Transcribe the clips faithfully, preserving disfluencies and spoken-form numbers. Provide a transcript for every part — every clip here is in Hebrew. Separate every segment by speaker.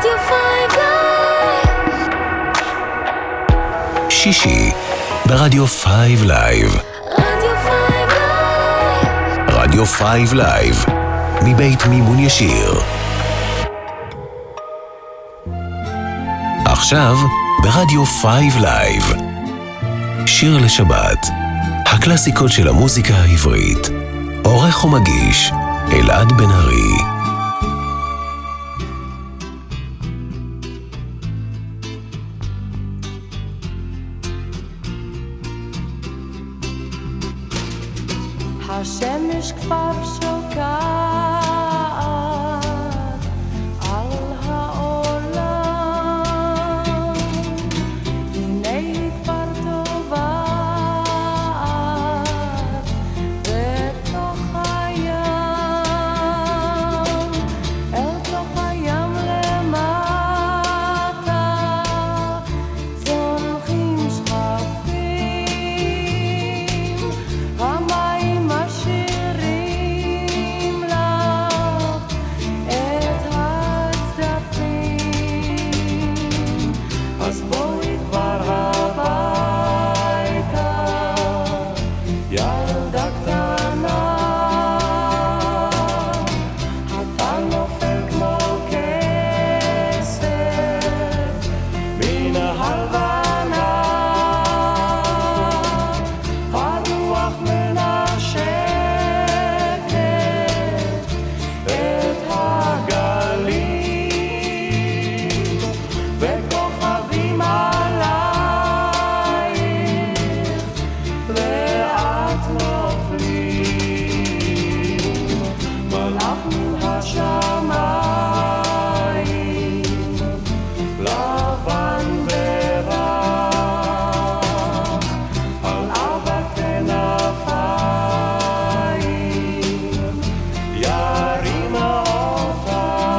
Speaker 1: שישי ברדיו פייב לייב.
Speaker 2: רדיו פייב לייב.
Speaker 1: רדיו פייב לייב מבית מימון ישיר. עכשיו ברדיו פייב לייב שיר לשבת, הקלאסיקות של המוזיקה העברית. עורך ומגיש אלעד בן ארי.
Speaker 2: השמש כבר שוקעת על העולם, הנה היא כבר טובעת בתוך הים, אל תוך הים למטה צונחים שכפים, המים שירים לך את הצדפים, אז בואי כבר הביתה ילדה קטנה, אתה נופל כמו כסף מן ההלבנה, הרוח מנשקת את הגלים, וכוכבים עלייך לאט נופלים, מלאך מן השמיים לבן ורח על ארבע כנפיים ירים אותך,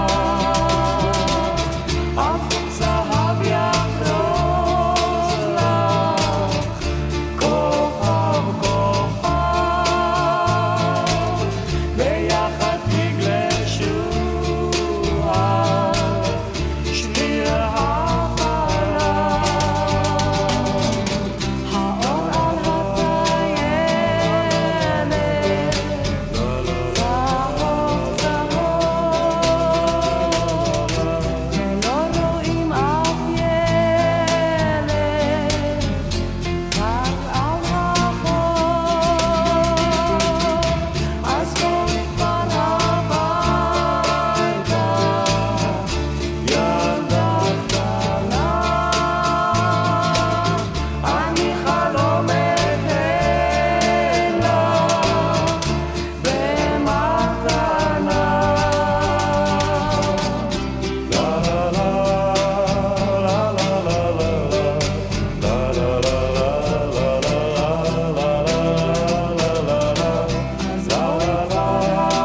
Speaker 2: אף זהב יחרוז לך כוכב כוכב, ביחד תגלשו על שביל החלב, האור על הטיילת צהוב צהוב, ולא רואים אף ילד רק על החוף, אז בואי כבר הביתה ילדה קטנה, אני חלומת אלך במתנה. לה לה לה לה לה לה לה אז בואי כבר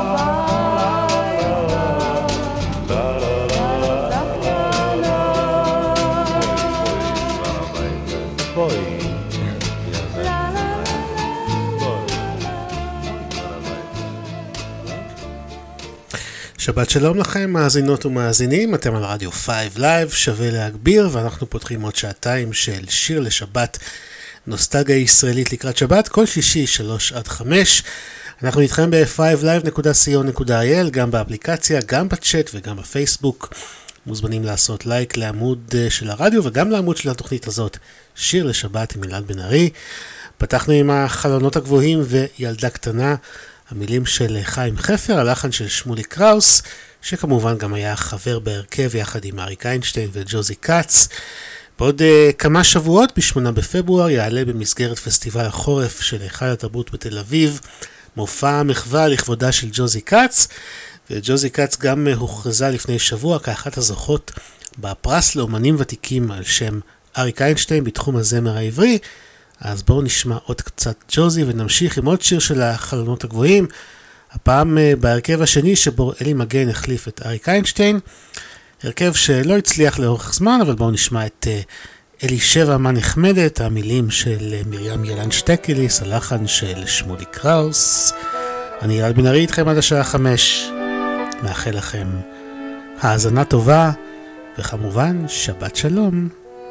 Speaker 3: שבת שלום לכם, מאזינות ומאזינים, אתם על רדיו פייב לייב, שווה להגביר, ואנחנו פותחים עוד שעתיים של שיר לשבת, נוסטלגיה ישראלית לקראת שבת, כל שישי שלוש עד חמש. אנחנו איתכם ב-פייב לייב נקודה סי או נקודה איי אל, גם באפליקציה, גם בצ'אט וגם בפייסבוק. מוזמנים לעשות לייק לעמוד אה, של הרדיו וגם לעמוד של התוכנית הזאת, שיר לשבת עם אלעד בן ארי. פתחנו עם החלונות הגבוהים וילדה קטנה, המילים של חיים חפר, הלחן של שמולי קראוס, שכמובן גם היה חבר בהרכב יחד עם אריק איינשטיין וג'וזי קאץ. בעוד uh, כמה שבועות, בשמונה בפברואר, יעלה במסגרת פסטיבל החורף של היכל התרבות בתל אביב, מופע מחווה לכבודה של ג'וזי קאץ, וג'וזי קאץ גם uh, הוכרזה לפני שבוע כאחת הזוכות בפרס לאומנים ותיקים על שם אריק איינשטיין בתחום הזמר העברי. אז בואו נשמע עוד קצת ג'וזי ונמשיך עם עוד שיר של החלונות הגבוהים, הפעם בהרכב השני שבו אלי מגן החליף את אריק איינשטיין, הרכב שלא הצליח לאורך זמן, אבל בואו נשמע את אלי שבע מה נחמדת, המילים של מרים ילן שטקליס, הלחן של שמולי קראוס. אני אלעד בן ארי איתכם עד השעה חמש, מאחל לכם האזנה טובה וכמובן, שבת שלום.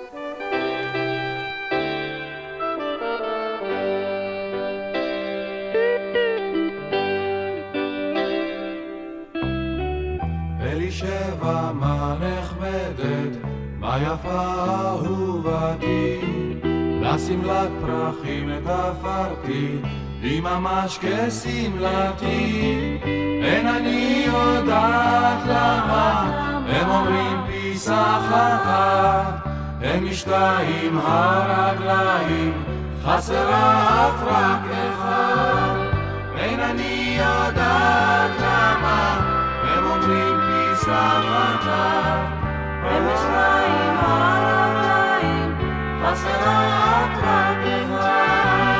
Speaker 2: אלישבע, מה נחמדת, מה יפה אהובתי, לשמלת פרחים תפרתי, היא ממש כשמלתי. אין אני יודעת למה, הם אומרים פיסח אחת, הם משתיים הרגליים, חסרת רק אחד. אין אני יודעת למה, הם אומרים פיסח אחת, הם משתיים הרגליים, חסרת רק אחד.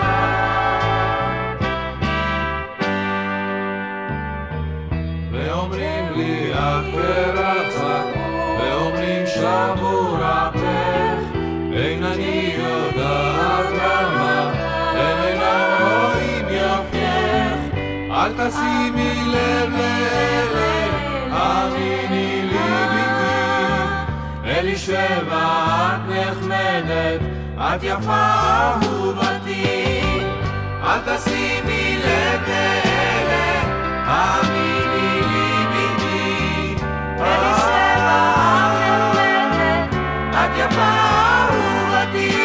Speaker 2: ואומרים לי את פרחת, ואומרים שבור אפך, אין אני יודעת למה, הם אינם רואים יפייך. אל תשימי לב לאלה, אמיני לי ביתי, אלישבע את נחמדת, את יפה אהובתי. אל תשימי לב לאלה, אמיני לי ביתי, אלישבע את נחמדת, את יפה אהובתי.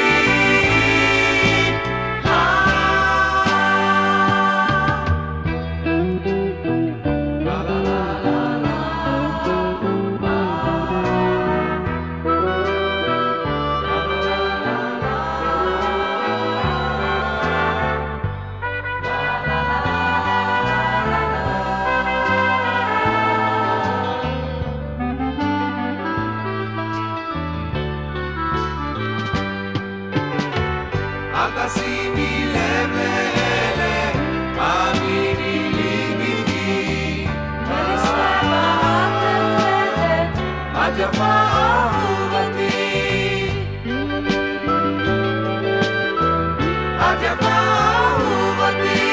Speaker 2: שימי לב לאלה, אמיני לי ביתי, אלישבע את נחמדת, את יפה אהובתי. את יפה אהובתי.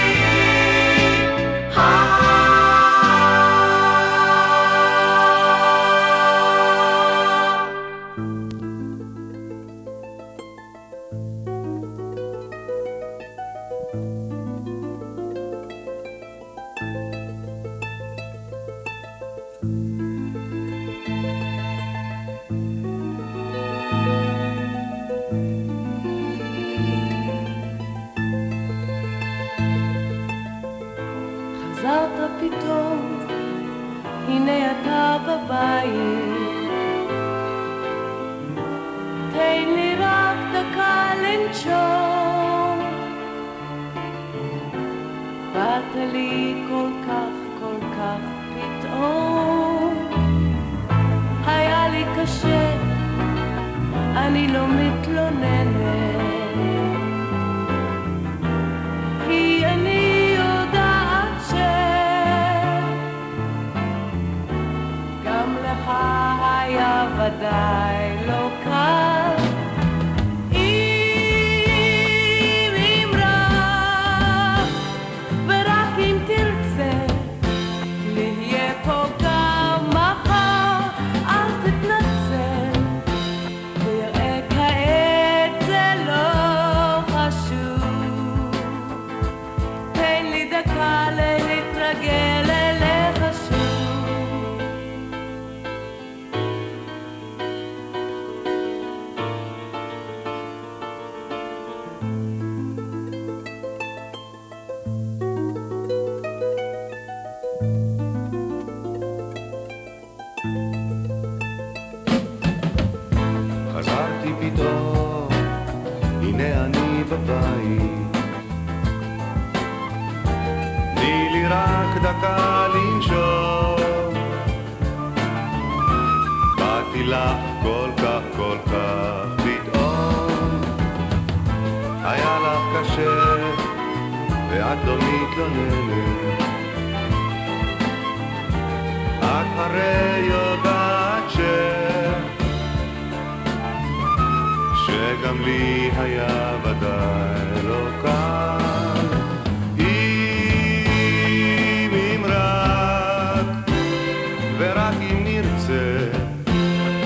Speaker 4: חזרת פתאום, הנה אתה בבית, תן לי רק דקה לנשום. באת לי כל כך כל כך פתאום, היה לי קשה, אני לא מתלוננת, כי אני יודעת שגם לך היה ודאי לא קל. אם אמרה ורק אם תרצה נהיה פה גם מחר, אל תתנצל ויראה כעת זה לא חשוב. תן לי דקה להתרגל אליך שוב.
Speaker 2: חזרתי פתאום, הנה אני בבית, תני לי רק דקה לנשום. באתי לך כל כך כל כך פתאום, היה לך קשה ואת לא מתלוננת, את הרי יודעת ש שגם לי היה ודאי לא קל. אם אם רק ורק אם נרצה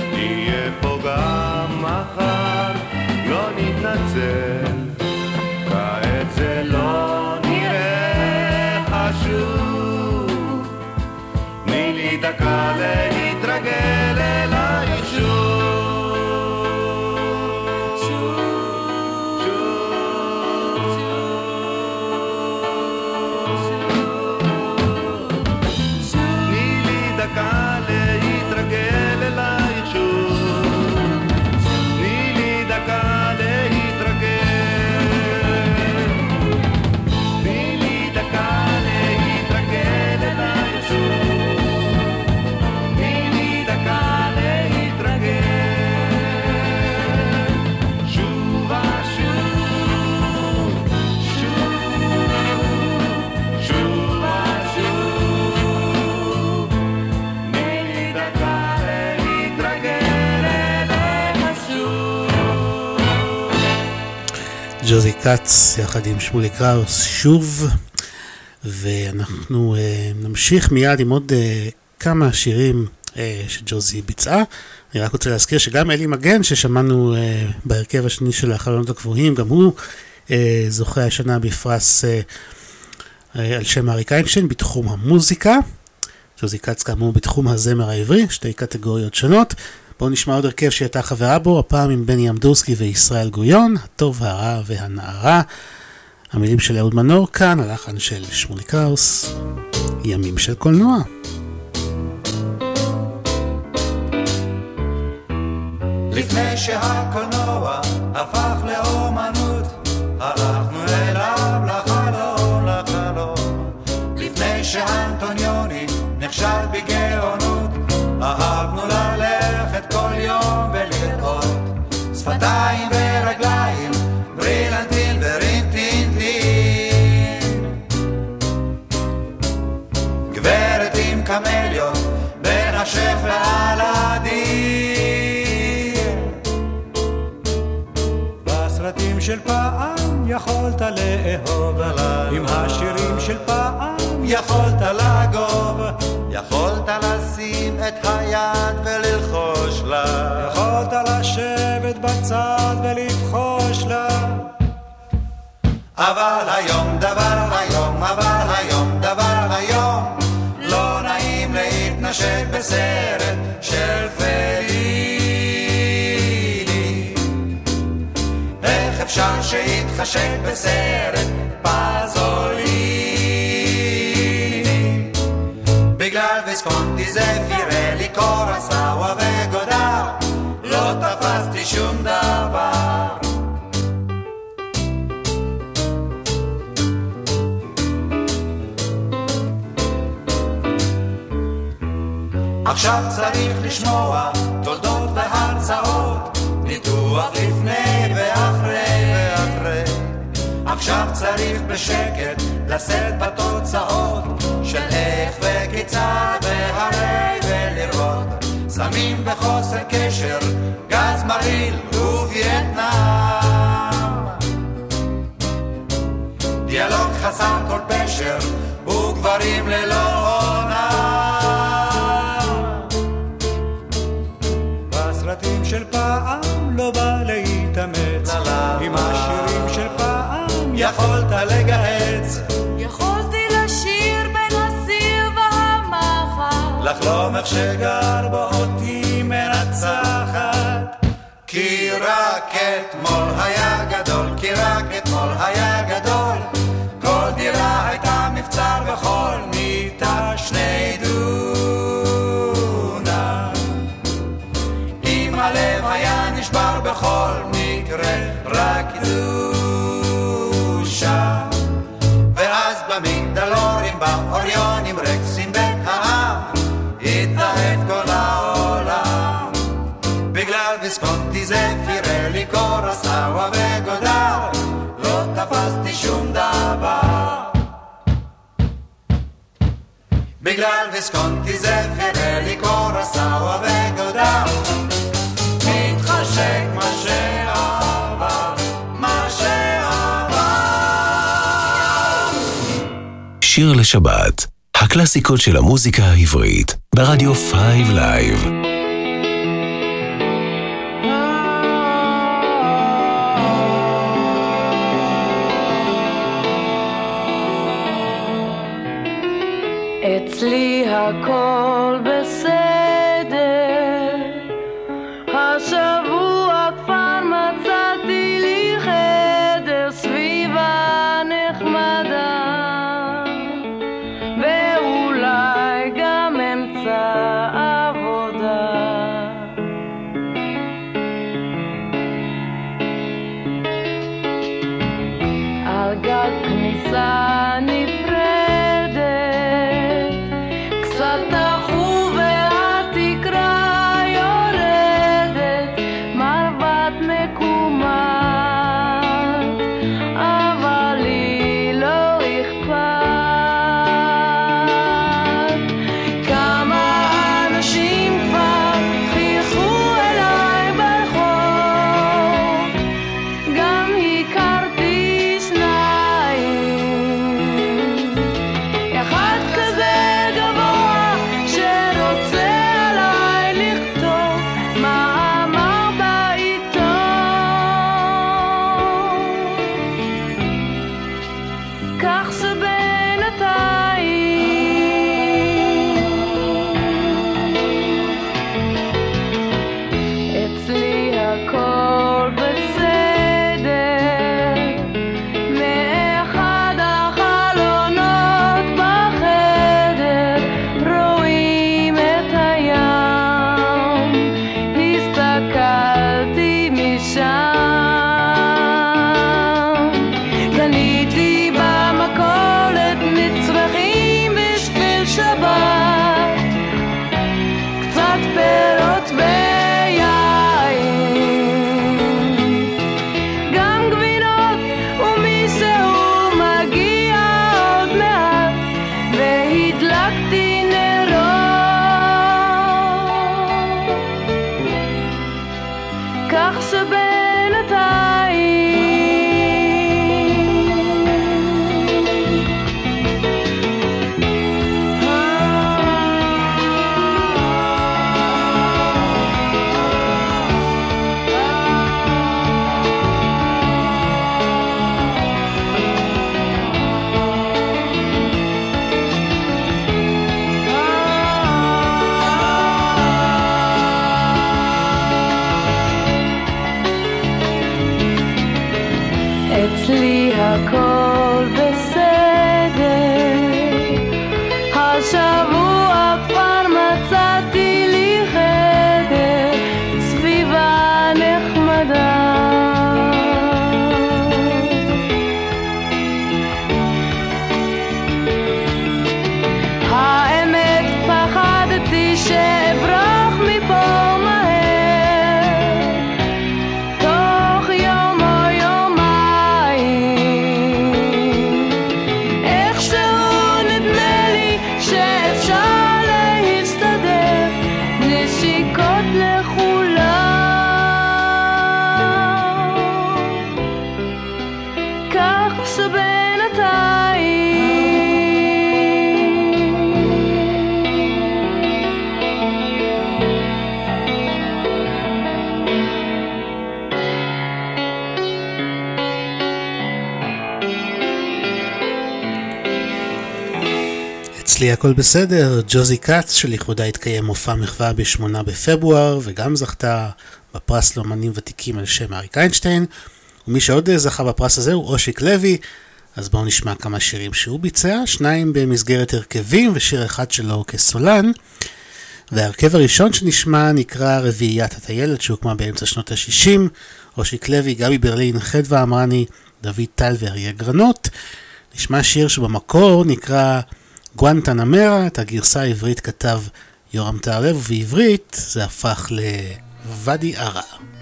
Speaker 3: ג'וזי קאץ יחד עם שמולי קראוס שוב, ואנחנו uh, נמשיך מיד עם עוד uh, כמה שירים uh, שג'וזי ביצעה. אני רק רוצה להזכיר שגם אלי מגן ששמענו uh, בהרכב השני של החלונות הקבועים, גם הוא uh, זוכה השנה בפרס uh, uh, על שם אריק איינשטיין בתחום המוזיקה. ג'וזי קאץ כאמור בתחום הזמר העברי, שתי קטגוריות שונות. בואו נשמע עוד הרכב שהייתה חברה בו, הפעם עם בני אמדורסקי וישראל גויון, הטוב, הרע והנערה. המילים של אהוד מנור כאן, הלחן של שמולי קראוס, ימים של קולנוע.
Speaker 5: לפני שהקולנוע הפך לאומנות, הלכנו אליו לחלום, לחלום. לפני שאנטוניוני נכשל בגאונות, אהבנו ללכת כל יום ולראות שפתיים ורגליים, ברילנטין ורינטינטין. גברת עם קמליון בין השף והלדין. בסרטים של פעם יכולת לאהוב, עם השירים של פעם יכולת לגוב,
Speaker 2: יכולת לשים את היד וללחוש לה,
Speaker 5: יכולת לשבת בצד ולבחוש לה. אבל היום דבר היום, אבל היום דבר היום, לא נעים להתנשק בסרט של פליני. איך אפשר שיתחשק בסרט פזוליני? בגלל ויסקונטי זה פירלי קורסאווה וגודר, לא תפסתי שום דבר. עכשיו צריך לשמוע תולדות והרצאות, ניתוח לפני ואחרי ואחרי. עכשיו צריך בשקט לשאת בתוצאות של איך וכיצד והרי ולראות סמים וחוסר קשר, גז מרעיל ווייטנאם, דיאלוג חסר כל פשר וגברים ללא עונה. בסרטים של פעם לא בא להתאמץ, עם השירים של פעם יכולת לגהץ,
Speaker 4: יכולתי לשיר בין הסיר והמחר,
Speaker 5: לחלום איך שגר בו אותי מנצחת. כי רק אתמול היה גדול, כי רק אתמול היה גדול, כל דירה הייתה מבצר וכל מיטה שני דונה. אם הלב היה נשבר בכל מקרה רק דושה, ואז במגדלורים באוריונים רקסים בית העם התאהב כל העולם. בגלל ויסקונטי זה פירלי קורסאווה וגודר, לא תפסתי שום דבר. בגלל ויסקונטי זה פירלי קורסאווה וגודר, מתחשק מה שעבר, מה שעבר.
Speaker 1: שיר לשבת, הקלאסיקות של המוזיקה העברית, ברדיו פייב לייב.
Speaker 4: אצלי הכל בסדר, השבוע כבר מצאתי לי חדר, סביבה נחמדה, ואולי גם אמצע עבודה. על גג כניסה נפרדת, קצת נחו והתקרה יורדת, מרבט מקומת, אבל לי לא אכפת. כמה אנשים כבר חייכו אליי ברחוב, גם הכרתי הכל בסדר, השבוע כבר מצאתי לי חדר, סביבה נחמדה. האמת פחדתי שאברח מפה מהר, תוך יום או יומיים, איכשהו נדמה לי שאפשר להסתדר, נשיקות לכולם, כך שבינתיים
Speaker 3: אצלי הכל בסדר. ג'וזי קאץ שלכבודה התקיים מופע מחווה בשמונה בפברואר וגם זכתה בפרס לאמנים ותיקים על שם אריק איינשטיין, ומי שעוד זכה בפרס הזה הוא אושיק לוי. אז בואו נשמע כמה שירים שהוא ביצע, שניים במסגרת הרכבים ושיר אחד שלו כסולן. וההרכב הראשון שנשמע נקרא רביעיית הטיילת, שהוקמה באמצע שנות ה-שישים. אושיק לוי, גבי ברלין, חדווה אמרני, דוד טל ואריה גרנות. נשמע שיר שבמקור נקרא גואנטנמרה, את הגרסה העברית כתב יורם טהרלב, ובעברית זה הפך לוואדי ערה.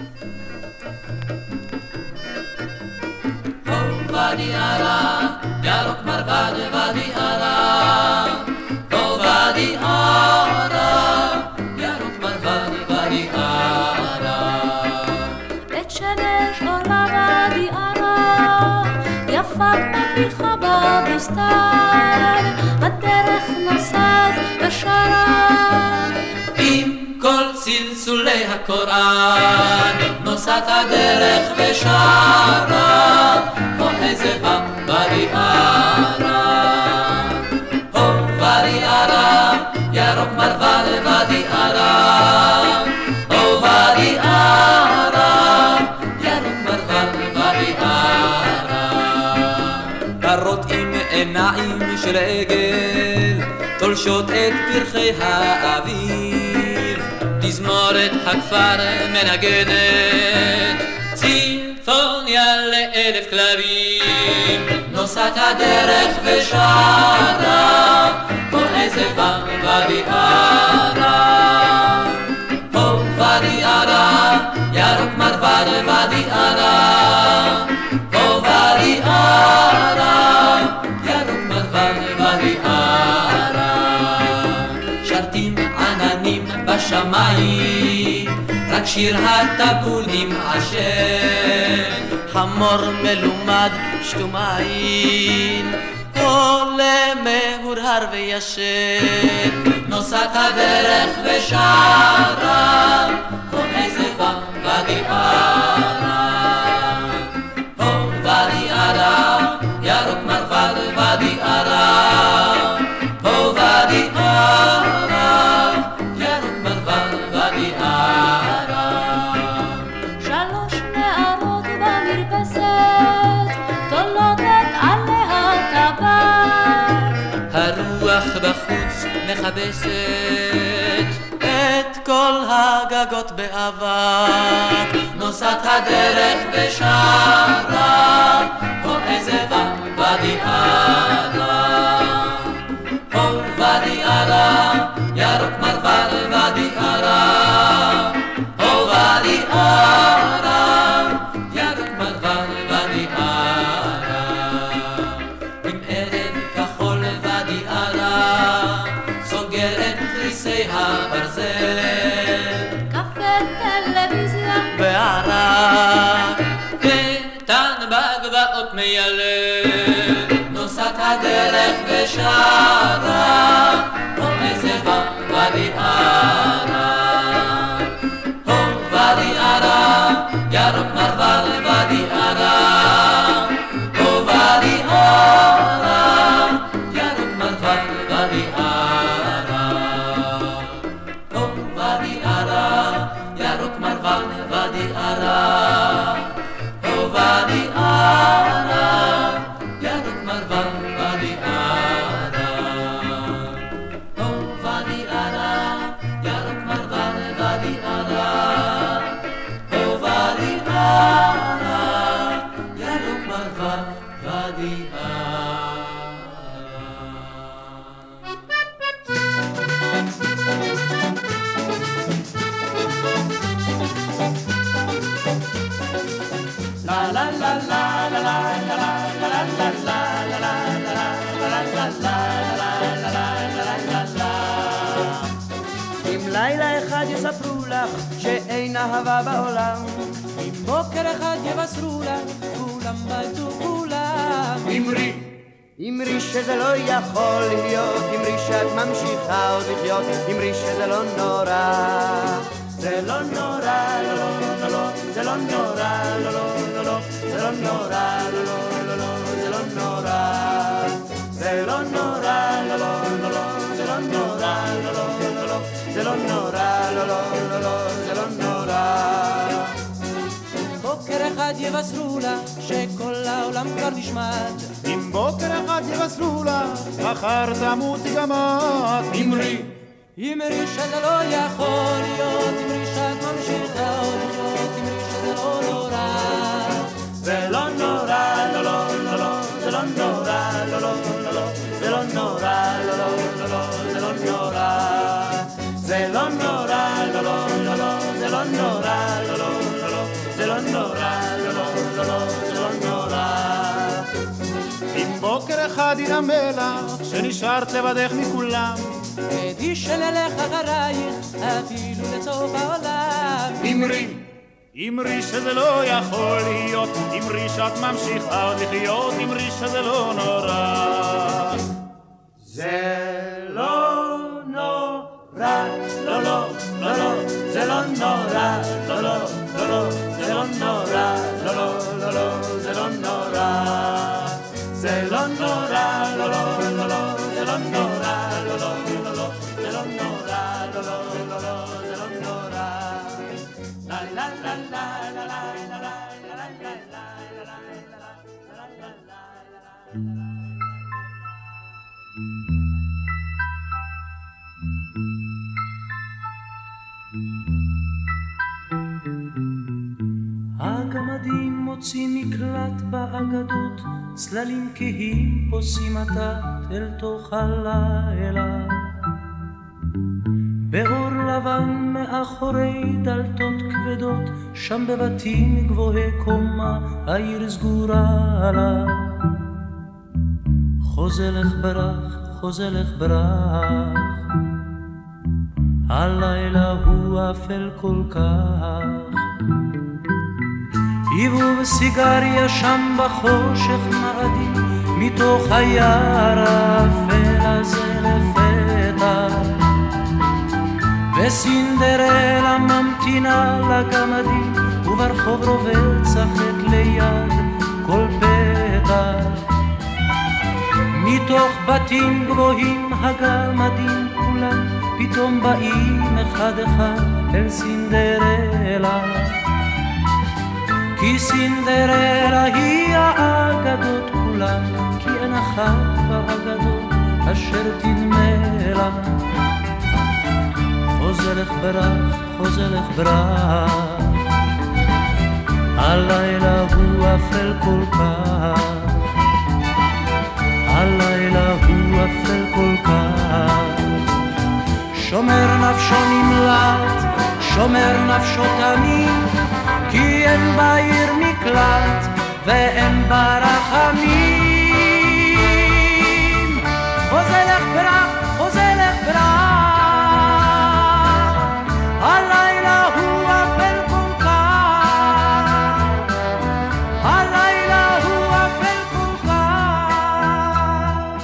Speaker 6: ואדי ערה, ירוק מרבד ואדי ערה, ואדי ערה, ירוק מרבד ואדי ערה.
Speaker 7: בית שמש עולה ואדי ערה, יפה פריחה בבוסתן, הדרך נוסעת ושרה.
Speaker 6: עם כל צלצולי הקוראן, נוסעת הדרך ושרה, או איזה ואדי ערה, או ואדי ערה, ירוק מרבד ואדי ערה, או ואדי ערה, ירוק מרבד ואדי ערה. פרות עם עיניים של עגל, תולשות את פרחי האביב, תזמורת הכפר מנגנת, צימפוניה לאלף כלבים. נוסעת הדרך ושרה, או איזה ואדי ערה, או ואדי ערה, ירוק מרבד ואדי ערה, או ואדי ערה, ירוק מרבד ואדי ערה. שרתים עננים בשמיים, רק שיר הטבולים עשן, חמור מלומד שטומיים, עולה מהורהר וישן. נוסעת הדרך ושרה, או איזה ואדי ערה, או ואדי ערה, ירוק מרבד ואדי ערה, או ואדי ערה, ירוק מרבד ואדי ערה.
Speaker 7: שלוש נערות במרפסת, תולדת עליה טבק,
Speaker 6: הרוח בחוץ מכבסת את כל הגגות באבק. נוסעת הדרך ושרה, או איזה ואדי ערה, או ואדי ערה, ירוק מרבד ואדי ערה, או ואדי ערה, ירוק מרבד ואדי ערה. עם ערב כחול ואדי ערה, סוגר את תריסי הברזל,
Speaker 7: קפה טלוויזיה
Speaker 6: וערק קטן בגבעות מיילל. נוסעת הדרך ושרה, או איזה ואדי ערה, או ואדי ערה, ירוק מרבד ואדי ערה, או ואדי ערה, ירוק מרבד ואדי ערה, או ואדי ערה, ירוק מרבד ואדי ערה, או ואדי ערה,
Speaker 8: לך שאין אהבה בעולם.
Speaker 6: אם בוקר אחד יבשרו לה, כולם בלטו כולם.
Speaker 8: אמרי, אמרי שזה לא יכול להיות, אמרי שאת ממשיכה עוד לחיות, אמרי שזה לא נורא. זה לא נורא, לא לא לא לא, זה לא נורא, לא לא לא לא, זה לא נורא, לא לא לא לא, זה לא נורא. זה לא נורא, לא לא לא לא, זה לא נורא, לא לא לא לא, זה לא נורא, לא לא לא לא, זה לא נורא.
Speaker 6: בוקר אחד יבשרו לה שכל העולם כבר נשמד.
Speaker 5: אם בוקר אחד יבשרו לה, אחר תמותי גם את.
Speaker 6: אמרי, אמרי שזה לא יכול להיות, אמרי שאת ממשיכה עוד לחיות, אמרי שזה לא נורא.
Speaker 8: זה לא נורא, לא לא לא לא, זה לא נורא, לא לא לא לא, זה לא נורא, לא לא לא לא, זה לא נורא. זה לא נורא, לא לא לא לא, זה לא נורא, לא לא לא לא, זה לא נורא, לא לא לא לא, זה לא נורא.
Speaker 5: אם בוקר אחד ינמא לך שנשארת לבדך מכולם,
Speaker 6: עדי שנלך אחרייך אפילו לסוף העולם.
Speaker 5: אמרי, אמרי שזה לא יכול להיות, אמרי שאת ממשיכה עוד לחיות, אמרי שזה לא נורא.
Speaker 8: זה לא נורא, לא לא לא לא, זה לא נורא, לא לא לא לא, זה לא נורא, לא לא לא לא, זה לא נורא. זה לא נורא, לא לא לא לא, זה לא נורא, לא לא לא לא, זה לא נורא, לא לא לא לא, זה לא נורא. לה לה לה לה לה לה לה לה לה לה לה לה.
Speaker 6: הגמדים מוצאים מקלט באגדות, צללים כהים פוסעים עתת אל תוך הלילה. באור לבן מאחורי דלתות כבדות, שם בבתים גבוהי קומה העיר סגורה לה. חוזלך ברח, חוזלך ברח, הלילה הוא אפל כל כך. עיבוב סיגריה שם בחושך מאדים, מתוך היער האפל הזה לפתע, וסינדרלה ממתינה לגמדים, וברחוב רובץ החטא ליד כל פתח. מתוך בתים גבוהים הגמדים כולם פתאום באים אחד אחד אל סינדרלה, כי סינדרלה היא האגדות כולם, כי אין אחת באגדות אשר תדמה לה. חוזלך ברח, חוזלך ברח, הלילה הוא אפל כל כך, הלילה הוא אפל כל כך. שומר נפשו נמלט, שומר נפשו תמיד, כי אין בעיר מקלט ואין בה רחמים. חוזלך ברח, חוזלך ברח, הלילה הוא אפל כל כך, הלילה הוא אפל כל כך.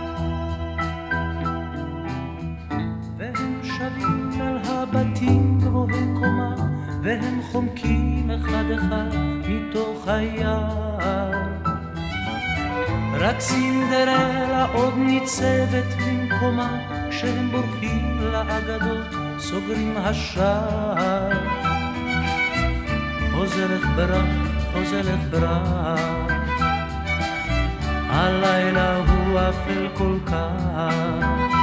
Speaker 6: והם שבים אל הבתים גבוהי קומה, והם חומקים אחד אחד מתוך היער. רק סינדרלה עוד ניצבת במקומה, כשהם בורחים לאגדות סוגרים השער. חוזלך ברח, חוזלך ברח, הלילה הוא אפל כל כך,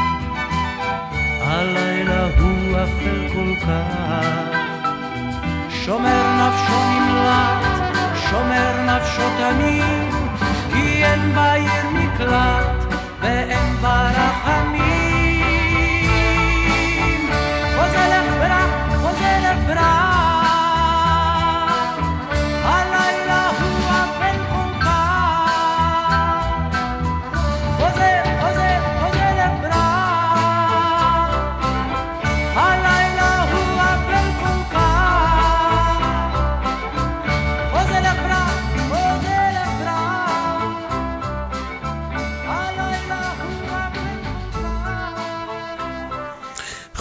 Speaker 6: הלילה הוא אפל כל כך. שומר נפשו נמלט, שומר נפשו תמיד, כי אין בעיר מקלט ואין בה רחמים. חוזלך ברח, חוזלך ברח, הלילה הוא אפל כל כך. חוזל, חוזל, חוזלך ברח, הלילה הוא אפל כל כך.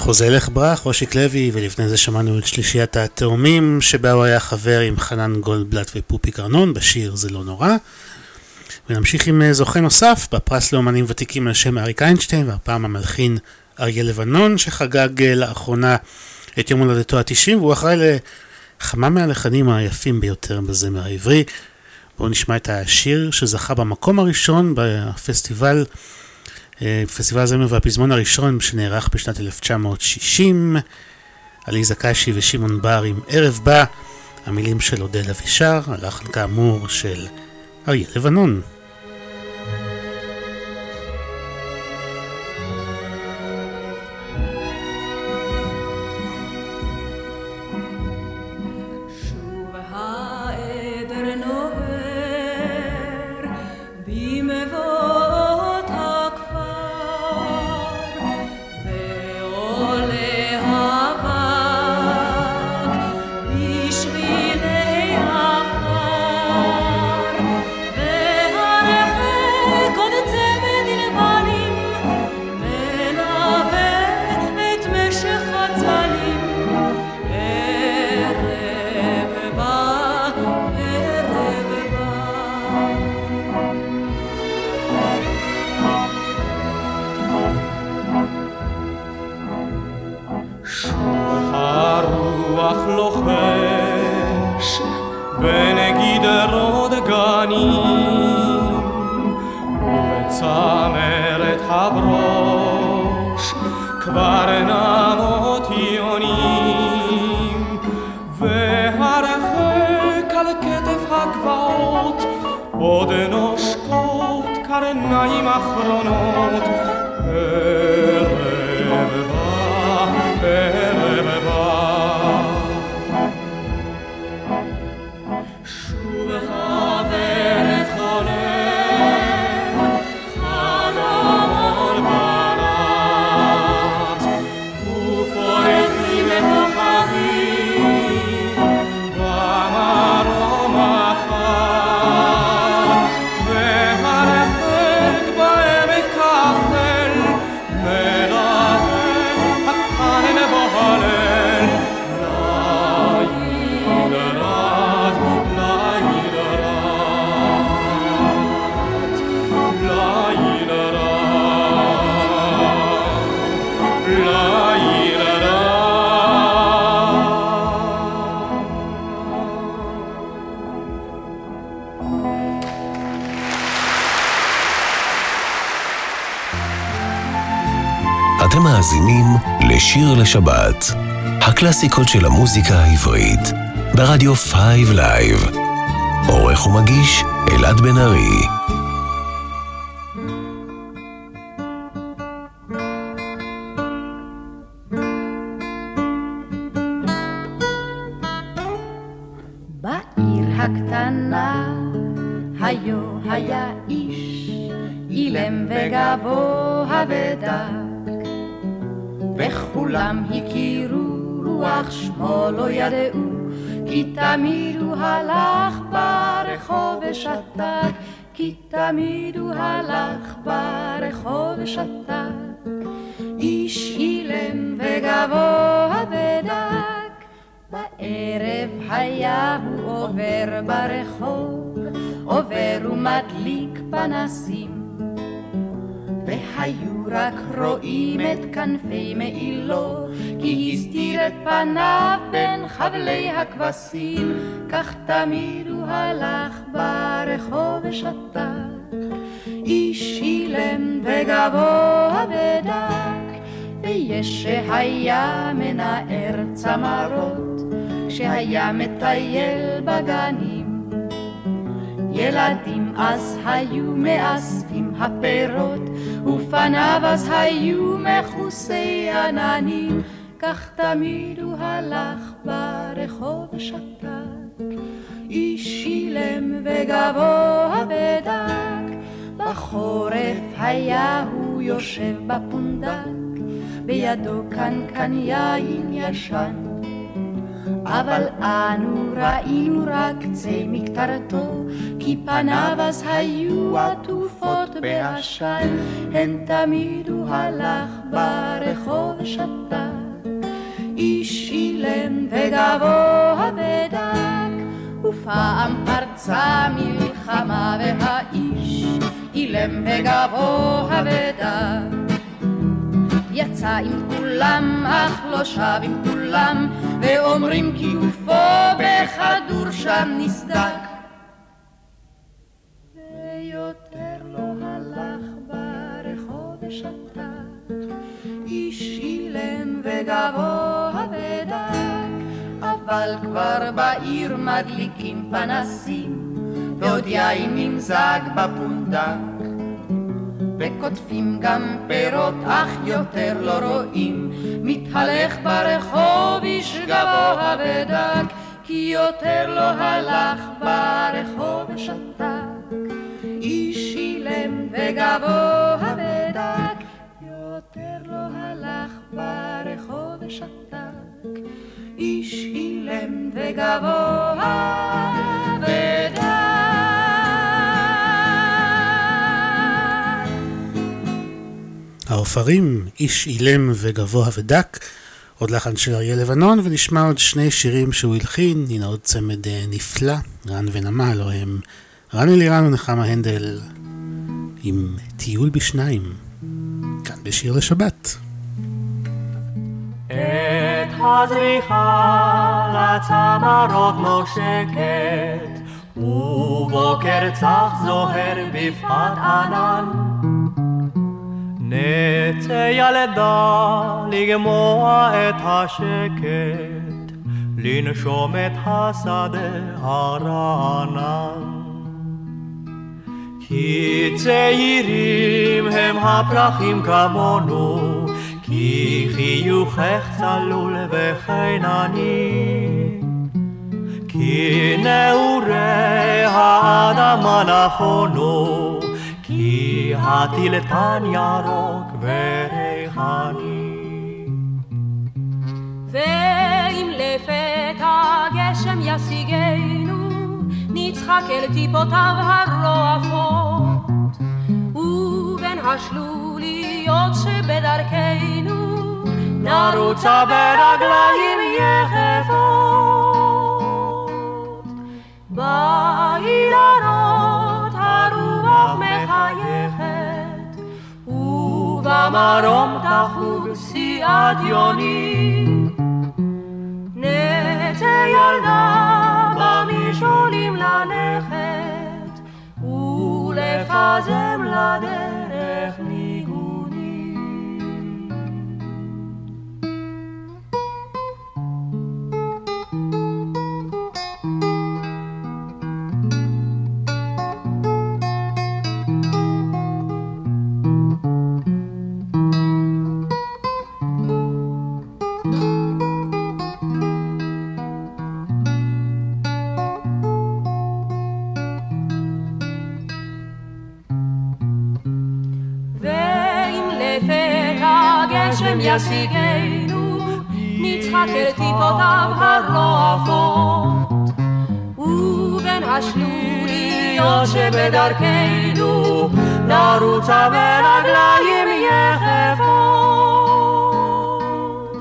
Speaker 3: חוזה לך ברח, רושיק לוי, ולפני זה שמענו את שלישיית התאומים, שבה הוא היה חבר עם חנן גולדבלט ופופי קרנון, בשיר זה לא נורא. ונמשיך עם זוכה נוסף, בפרס לאומנים ותיקים על שם אריק איינשטיין, והפעם המלחין אריה לבנון, שחגג לאחרונה את יום הולדתו ה-תשעים, והוא אחראי לכמה מהלחנים היפים ביותר בזמר העברי. בואו נשמע את השיר שזכה במקום הראשון בפסטיבל, פסטיבל הזמר והפזמון הראשון שנערך בשנת אלף תשע מאות שישים, עליזה קשי ושמעון בר עם ערב בא, המילים של אודל אבישר, הלחן כאמור של אריה לבנון.
Speaker 9: קרניים אחרונות ערב בא, ערב בא שוב הברך חולם חלומות בלט ופורחים את החיים במרום החם והרחק בעמק כחל מלווה הקן בוהלל ליל רד, ליל רד, ליל רד, ליל רד.
Speaker 1: אתם מאזינים לשיר לשבת, הקלאסיקות של המוזיקה העברית, ברדיו פייב לייב. עורך ומגיש אלעד בן ארי.
Speaker 7: בעיר הקטנה היו היה איש אילם וגבוה ודק וכולם הכירו רוח שמו לא ידעו כי תמיד הוא הלך ברחוב ושתק כי תמיד הוא הלך ברחוב ושתק איש אילם וגבוה ודק בערב היה הוא עובר ברחוב עובר ומדליק פנסים והיו רק רואים את כנפי מעילו כי הסתיר את פניו בין חבלי הכבשים כך תמיד הוא הלך ברחוב ושתק איש אילם וגבוה ודק ויש שהיה מנער צמרות שהיה מטייל בגנים ילדים אז היו מאספים הפירות ופניו אז היו מכוסי עננים כך תמיד הוא הלך ברחוב ושתק איש אילם וגבוה ודק בחורף היה הוא יושב בפונדק בידו קנקן יין ישן אבל אנו ראינו רק קצה מקטרתו, כי פניו אז היו עטופות בעשן, הן תמיד הוא הלך ברחוב ושתק. איש אילם וגבוה ודק, ופעם פרצה מלחמה והאיש אילם וגבוה ודק. יצא עם כולם אך לא שב עם כולם, ואומרים כי גופו בכדור שם נסדק. ויותר לא הלך ברחוב ושתק, איש אילם וגבוה ודק. אבל כבר בעיר מדליקים פנסים, ועוד יין נמזג בפונדק. וכותפים גם פירות אך יותר לא רואים, מתהלך ברחוב איש גבוה ודק, כי יותר לא הלך ברחוב ושתק. איש אילם וגבוה ודק, יותר לא הלך ברחוב ושתק. איש אילם וגבוה ודק.
Speaker 3: העופרים, איש אילם וגבוה ודק, עוד לחן של אריה לבנון, ונשמע עוד שני שירים שהוא הלחין. הנה עוד צמד נפלא, רן ונמה, לא הם רן אלירן ונחמה הנדל עם טיול בשניים, כאן בשיר לשבת.
Speaker 9: את הזריחה לצמרות נושקת, ובוקר צח זוהר בפעת ענן. נצא ילדה לגמוע את השקט, לנשום את השדה הרענן. כי צעירים הם הפרחים כמונו, כי חיוכך צלול וחינני. כי נעורי האדמה נכונו, כי הטילטן ירוק וריחני.
Speaker 10: ואם לפתע גשם ישיגנו, נצחק אל טיפותיו הרועפות, ובין השלוליות שבדרכנו נרוצה ברגליים יחפות. באילנות הרוח מחייכת, ובמרום תחוג סיעת יוני. נצא ילדה במשעולים ללכת, ולפזם לדרך ניגוני. גשם ישיגנו, נצחק אל טיפותיו הרועפות, ובין השלוליות שבדרכנו נרוצה ברגליים יחפות.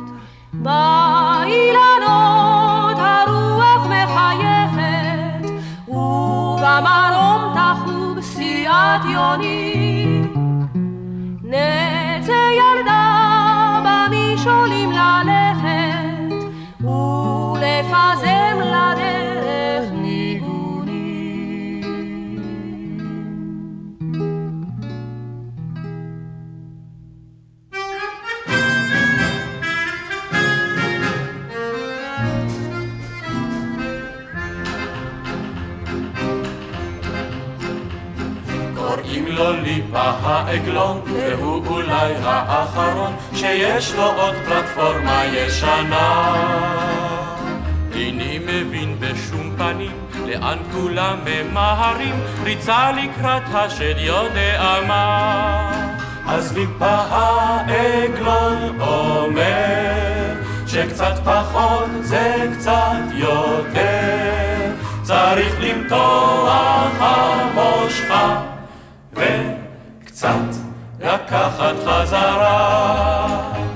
Speaker 10: באילנות הרוח מחייכת, ובמרום תחוג סיעת יוני. נצא ילדה במשעולים ללכת, ולפזם לדרך ניגוני.
Speaker 9: קוראים לו ליפה העגלון, והוא אולי האחרון שיש לו עוד פלטפורמה ישנה. איני מבין בשום פנים לאן כולם ממהרים, ריצה לקראת השד יודע מה. אז ליפה העגלון אומר שקצת פחות זה קצת יותר, צריך למתוח המושכה וקצת לקחת חזרה.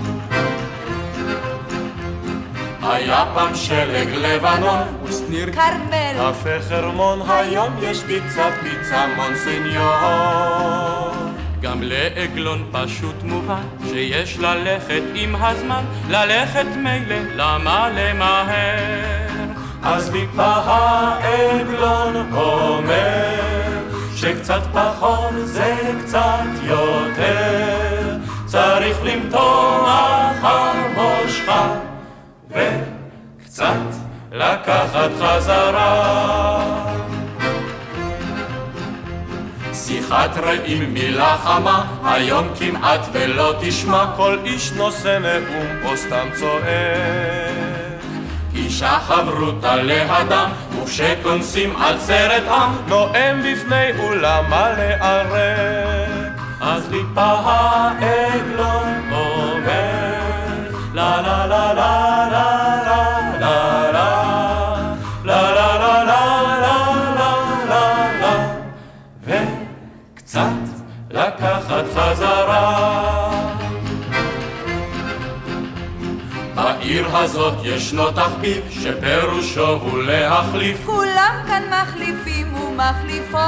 Speaker 9: היה פעם שלג לבנון ושניר
Speaker 10: קרמל
Speaker 9: קפה חרמון, היום יש פיצה פיצה מונסניור. גם לעגלון פשוט מובן שיש ללכת עם הזמן, ללכת מילא למה למהר. אז מפה העגלון אומר שקצת פחות זה קצת יותר, צריך למתוח המושכה וקצת לקחת חזרה. שיחת רעים מילה חמה היום כמעט ולא תשמע, כל איש נושא נאום או סתם צועק. אישה חברותה להדם וכשכונסים עצרת עם, נואם בפני אולם מלא ערק. אז ליפה העגלון אומר לה לה לה לה לה לה לה לה לה לה לה לה וקצת לקחת חזרה. בעיר הזאת ישנו תחביב שפירושו הוא להחליף,
Speaker 10: כולם כאן מחליפים ומחליפות,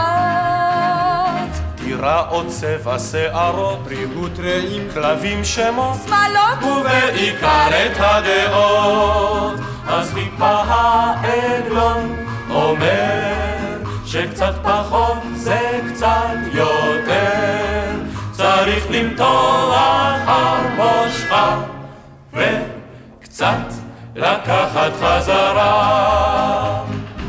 Speaker 9: דירה או צבע שערות, בריאות רעים, כלבים שמות,
Speaker 10: שמאלות
Speaker 9: ובעיקר את הדעות. אז ליפה העגלון אומר שקצת פחות זה קצת יותר, צריך למתוח המושכה וקצת לקחת חזרה.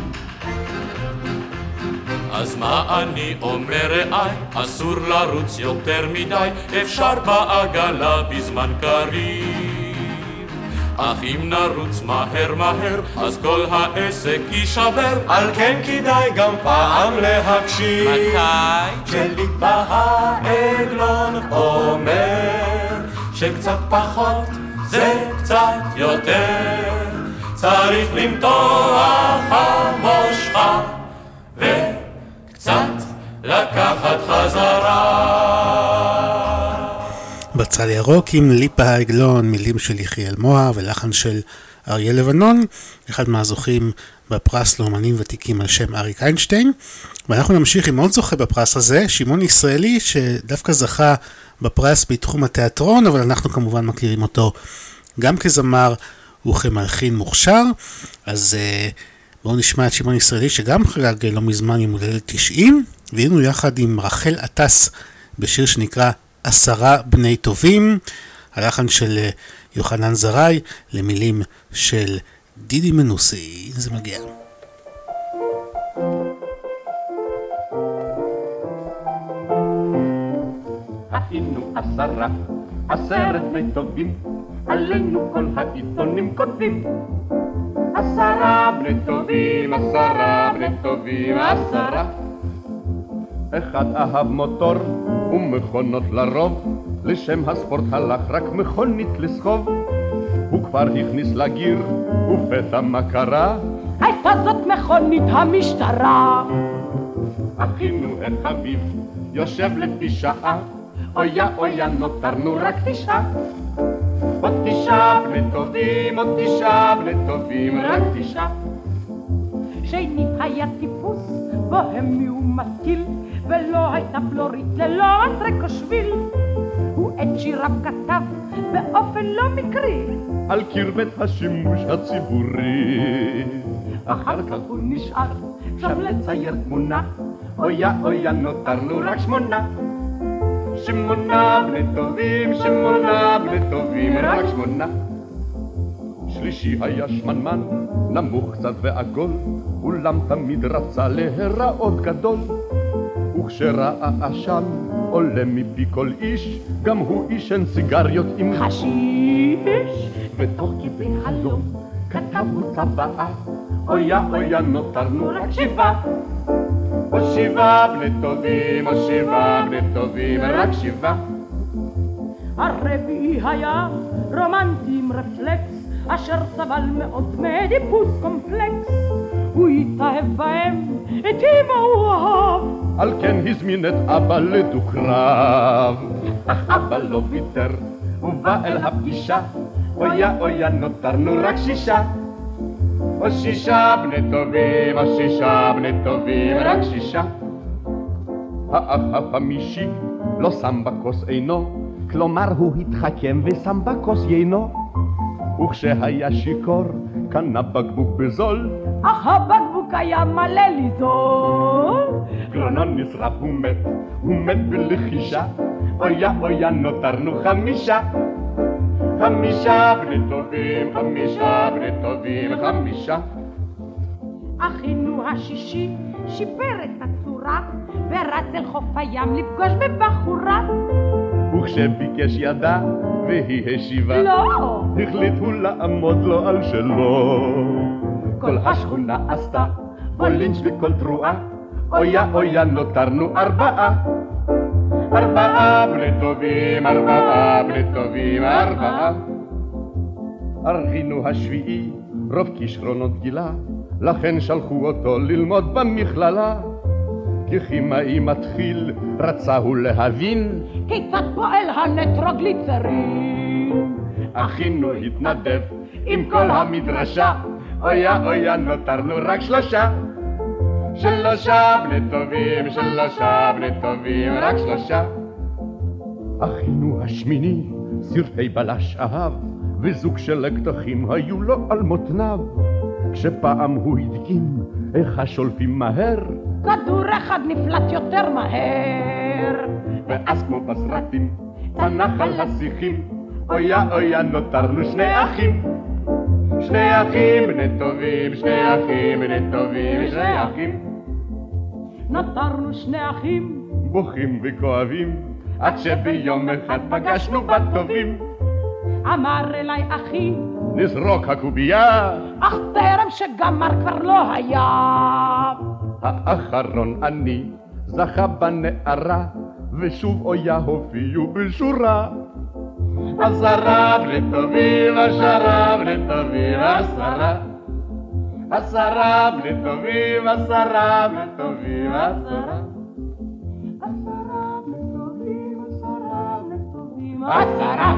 Speaker 9: אז מה אני אומר רעי, אסור לרוץ יותר מדי, אפשר בעגלה בזמן קריב, אך אם נרוץ מהר מהר אז כל העסק יישבר, על כן כדאי גם פעם להקשיב. מתי? שליפה העגלון אומר שקצת פחות זה קצת יותר, צריך למתוח המושכה וקצת לקחת חזרה.
Speaker 3: בצל ירוק עם ליפה העגלון, מילים של יחיאל מוהר ולחן של אריה לבנון, אחד מהזוכים בפרס לאומנים ותיקים על שם אריק איינשטיין. ואנחנו נמשיך עם עוד זוכה בפרס הזה, שמעון ישראלי, שדווקא זכה בפרס בתחום התיאטרון, אבל אנחנו כמובן מכירים אותו גם כזמר וכמלחין מוכשר. אז uh, בואו נשמע את שמעון ישראלי שגם חגג לא מזמן עם הולדת תשעים, והיינו יחד עם רחל עטס בשיר שנקרא עשרה בני טובים, הלחן של uh, יוחנן זרעי למילים של דידי מנוסי. זה מגיע.
Speaker 11: היינו עשרה, עשרת בני טובים, עלינו כל העיתונים כותבים. עשרה בני טובים, עשרה בני טובים, עשרה. אחד אהב מוטור ומכונות לרוב, לשם הספורט הלך רק מכונית לסחוב. הוא כבר הכניס לגיר, ופתע מה קרה?
Speaker 12: הייתה זאת מכונית המשטרה.
Speaker 11: אחינו את חביב יושב לפי שעה, אויה אויה נותרנו רק תשעה. עוד תשעה בני טובים, עוד תשעה בני טובים, רק תשעה.
Speaker 12: שני היה טיפוס בוהמי ומשכיל, ולא הייתה פלורית ללא אנטרקו שביל. הוא את שיריו כתב באופן לא מקרי
Speaker 11: על קרבת השימוש הציבורי.
Speaker 12: אחר כך הוא נשאר שם לצייר תמונה,
Speaker 11: אויה אויה נותרנו רק שמונה. שמונה בני טובים, שמונה בני טובים, רק שמונה. שלישי היה שמנמן, נמוך קצת ועגול, אולם תמיד רצה להיראות גדול. וכשראה עשן עולה מפי כל איש, גם הוא עישן סיגריות עם
Speaker 12: חשיש.
Speaker 11: ותוך כדי חלום כתב הוא צבעה, אויה אויה נותרנו רק שבעה. או שבעה בני טובים, או שבעה בני טובים, רק שבעה.
Speaker 12: הרביעי היה רומנטי עם רפלקס, אשר סבל מאוד מדיפוס קומפלקס, הוא התאהב בהם, את אמא הוא אהב.
Speaker 11: על כן הזמין את אבא לדו-קרב, אך אבא לא ויתר, הוא בא אל הפגישה, אויה אויה נותרנו רק שישה. או שישה בני טובים, או שישה בני טובים, רק שישה. האח החמישי לא שם בכוס עינו, כלומר הוא התחכם ושם בכוס יינו. וכשהיה שיקור קנה בקבוק בזול,
Speaker 12: אך הבקבוק היה מלא ליזול.
Speaker 11: קרונו נשרף הוא מת, הוא מת בלחישה, אויה אויה נותרנו חמישה. חמישה בני טובים, חמישה בני טובים, חמישה.
Speaker 12: אחינו השישי שיפר את הצורה ורץ אל חוף הים לפגוש בבחורה.
Speaker 11: וכשביקש ידה והיא השיבה,
Speaker 12: לא,
Speaker 11: החליטו לעמוד לו על שלו. כל השכונה עשתה בו לינץ' וכל תרועה, אויה אויה נותרנו ארבעה. ארבעה בני טובים, ארבעה בני טובים, ארבעה. אחינו השביעי רוב כישרונות גילה, לכן שלחו אותו ללמוד במכללה. ככימאי מתחיל רצה הוא להבין
Speaker 12: כיצד פועל הנטרוגליצרין.
Speaker 11: אחינו התנדב עם כל המדרשה, אויה אויה נותרנו רק שלושה. שלושה בני טובים, שלושה בני טובים, רק שלושה. אחינו השמיני סרטי בלש אהב, וזוג של אקדחים היו לו על מותניו. כשפעם הוא הדגים איך השולפים מהר,
Speaker 12: כדור אחד נפלט יותר מהר.
Speaker 11: ואז כמו בסרטים תנח על השיחים, אויה אויה נותרנו שני אחים. שני אחים בני טובים, שני אחים בני טובים, שני אחים.
Speaker 12: נותרנו שני אחים
Speaker 11: בוכים וכואבים, עד שביום אחד פגשנו בטובים.
Speaker 12: אמר אליי אחי,
Speaker 11: נזרוק הקובייה,
Speaker 12: אך טרם שגמר כבר לא היה.
Speaker 11: האחרון אני זכה בנערה, ושוב אויה הופיעו בשורה. עשרה בני טובים, עשרה בני טובים, עשרה. עשרה בני טובים, עשרה בני טובים, עשרה.
Speaker 12: עשרה בני טובים, עשרה בני טובים, עשרה.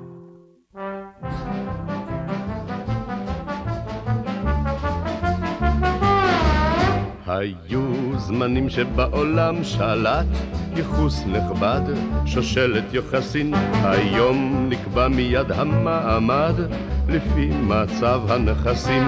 Speaker 11: היו זמנים שבעולם שלט ייחוס נכבד, שושלת יוחסין. היום נקבע מיד המעמד לפי מצב הנכסים.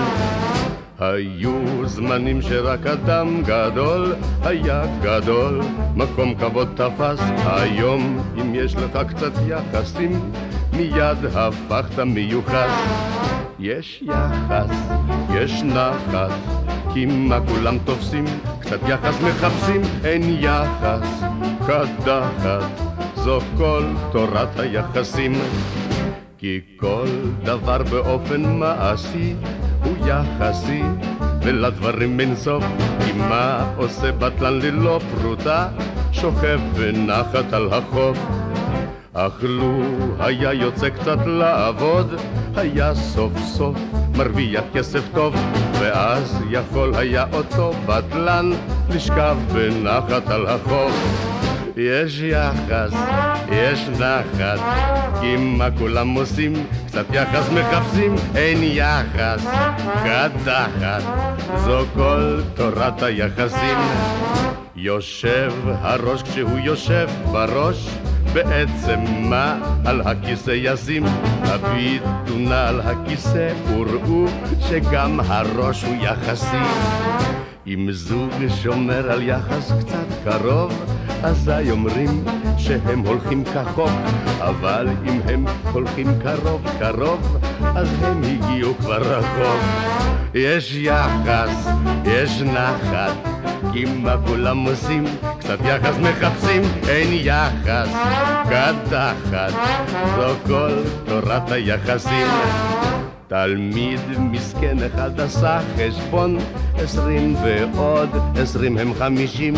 Speaker 11: היו זמנים שרק אדם גדול היה גדול, מקום כבוד תפס. היום אם יש לך קצת יחסים מיד הפכת מיוחס. יש יחס, יש נחת, כי מה כולם תופסים, קצת יחס מחפשים. אין יחס, קדחת, זו כל תורת היחסים. כי כל דבר באופן מעשי הוא יחסי, ולדברים אין סוף. כי מה עושה בטלן ללא פרוטה, שוכב בנחת על החוף. אך לו היה יוצא קצת לעבוד, היה סוף סוף מרוויח כסף טוב. ואז יכול היה אותו בטלן לשכב בנחת על החוף. יש יחס, יש נחת, כי מה כולם עושים, קצת יחס מחפשים. אין יחס, קדחת, זו כל תורת היחסים. יושב הראש כשהוא יושב בראש, בעצם מה על הכיסא ישים. הביטו נא על הכיסא וראו שגם הראש הוא יחסי. אם זוג שומר על יחס קצת קרוב, אזי אומרים שהם הולכים כחוק. אבל אם הם הולכים קרוב קרוב, אז הם הגיעו כבר רחוק. יש יחס, יש נחת, כי מה כולם עושים, קצת יחס מחפשים. אין יחס, קדחת, זו כל תורת היחסים. תלמיד מסכן אחד עשה חשבון, עשרים ועוד עשרים הם חמישים.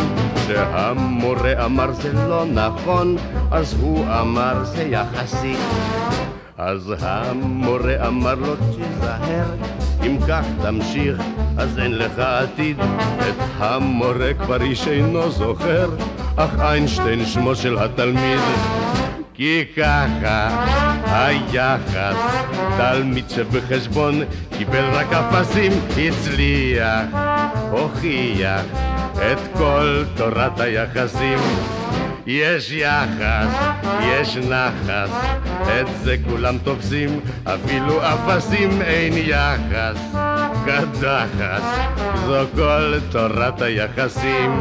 Speaker 11: שהמורה אמר זה לא נכון, אז הוא אמר זה יחסי.
Speaker 13: אז המורה אמר לו תיזהר, אם כך תמשיך אז אין לך עתיד. את המורה כבר איש אינו זוכר, אך איינשטיין שמו של התלמיד. כי ככה היחס, תלמיד שבחשבון קיבל רק אפסים, הצליח, הוכיח את כל תורת היחסים. יש יחס, יש נחס, את זה כולם תופסים, אפילו אפסים אין יחס. קדחס, זו כל תורת היחסים.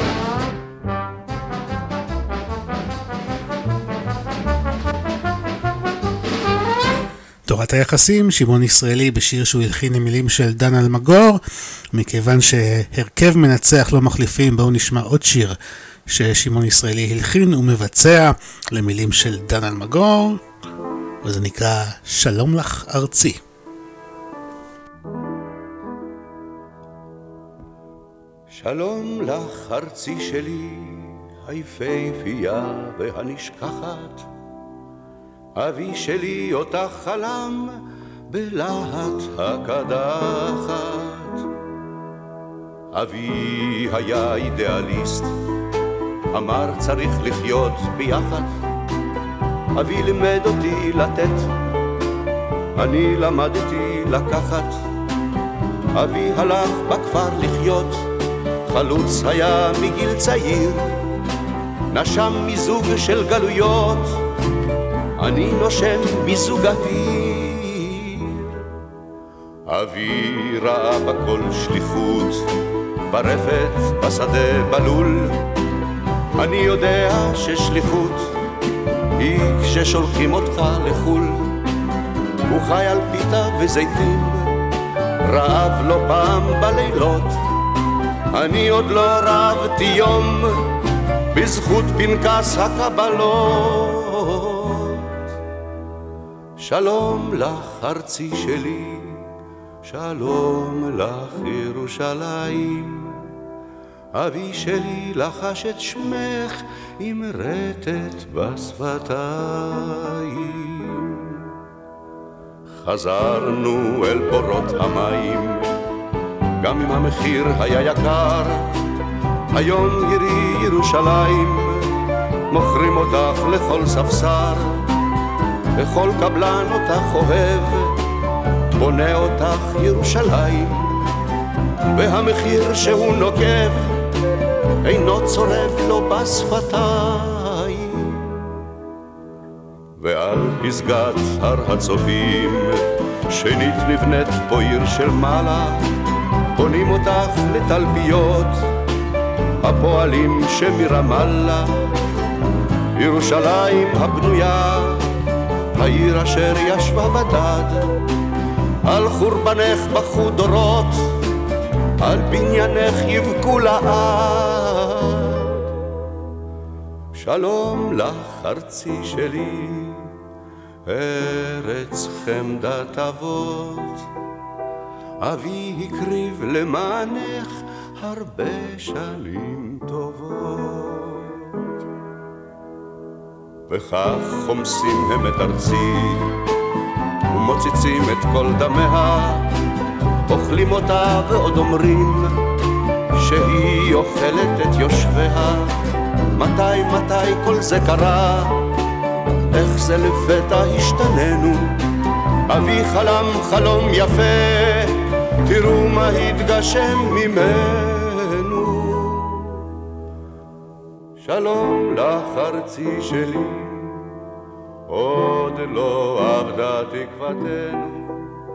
Speaker 3: תורת היחסים, שמעון ישראלי בשיר שהוא הלחין עם מילים של דן אלמגור. מכיוון שהרכב מנצח לא מחליפים, בואו נשמע עוד שיר ששמעון ישראלי הלחין ומבצע למילים של דן אלמגור, וזה נקרא שלום לך ארצי.
Speaker 14: שלום לך ארצי שלי, היפהפייה והנשכחת, אבי שלי אותך חלם בלהט הקדחת. אבי היה אידיאליסט, אמר צריך לחיות ביחד. אבי לימד אותי לתת, אני למדתי לקחת. אבי הלך בכפר לחיות, חלוץ היה מגיל צעיר, נשם מזוג של גלויות, אני נושם מזוג אוויר. אבי ראה בכל שליחות, ברפת, בשדה, בלול. אני יודע ששליחות היא כששולחים אותך לחול. הוא חי על פיתה וזיתים, רעב לא פעם בלילות. אני עוד לא רעבתי יום בזכות פנקס הקבלות. שלום לך ארצי שלי, שלום לך ירושלים. אבי שלי לחש את שמך עם רטט בשפתיים. חזרנו אל בורות המים, גם אם המחיר היה יקר. היום עירי ירושלים, מוכרים אותך לכל ספסר. וכל קבלן אותך אוהב, בונה אותך ירושלים. והמחיר שהוא נוקב אינו צורב לו בשפתיים. ועל פסגת הר הצופים שנית נבנית פה עיר של מעלה. בונים אותך לתלפיות הפועלים שמרמאללה. ירושלים הבנויה, העיר אשר ישבה בדד. על חורבנך בכו דורות, על בניינך יבכו לעד. שלום לך ארצי שלי, ארץ חמדת אבות. אבי הקריב למענך הרבה שנים טובות. וכך חומסים הם את ארצי ומוציצים את כל דמיה. אוכלים אותה ועוד אומרים שהיא אוכלת את יושביה. מתי מתי כל זה קרה, איך זה לפתע השתננו. אבי חלם חלום יפה, תראו מה התגשם ממנו. שלום לך ארצי שלי, עוד לא עבדה תקוותנו.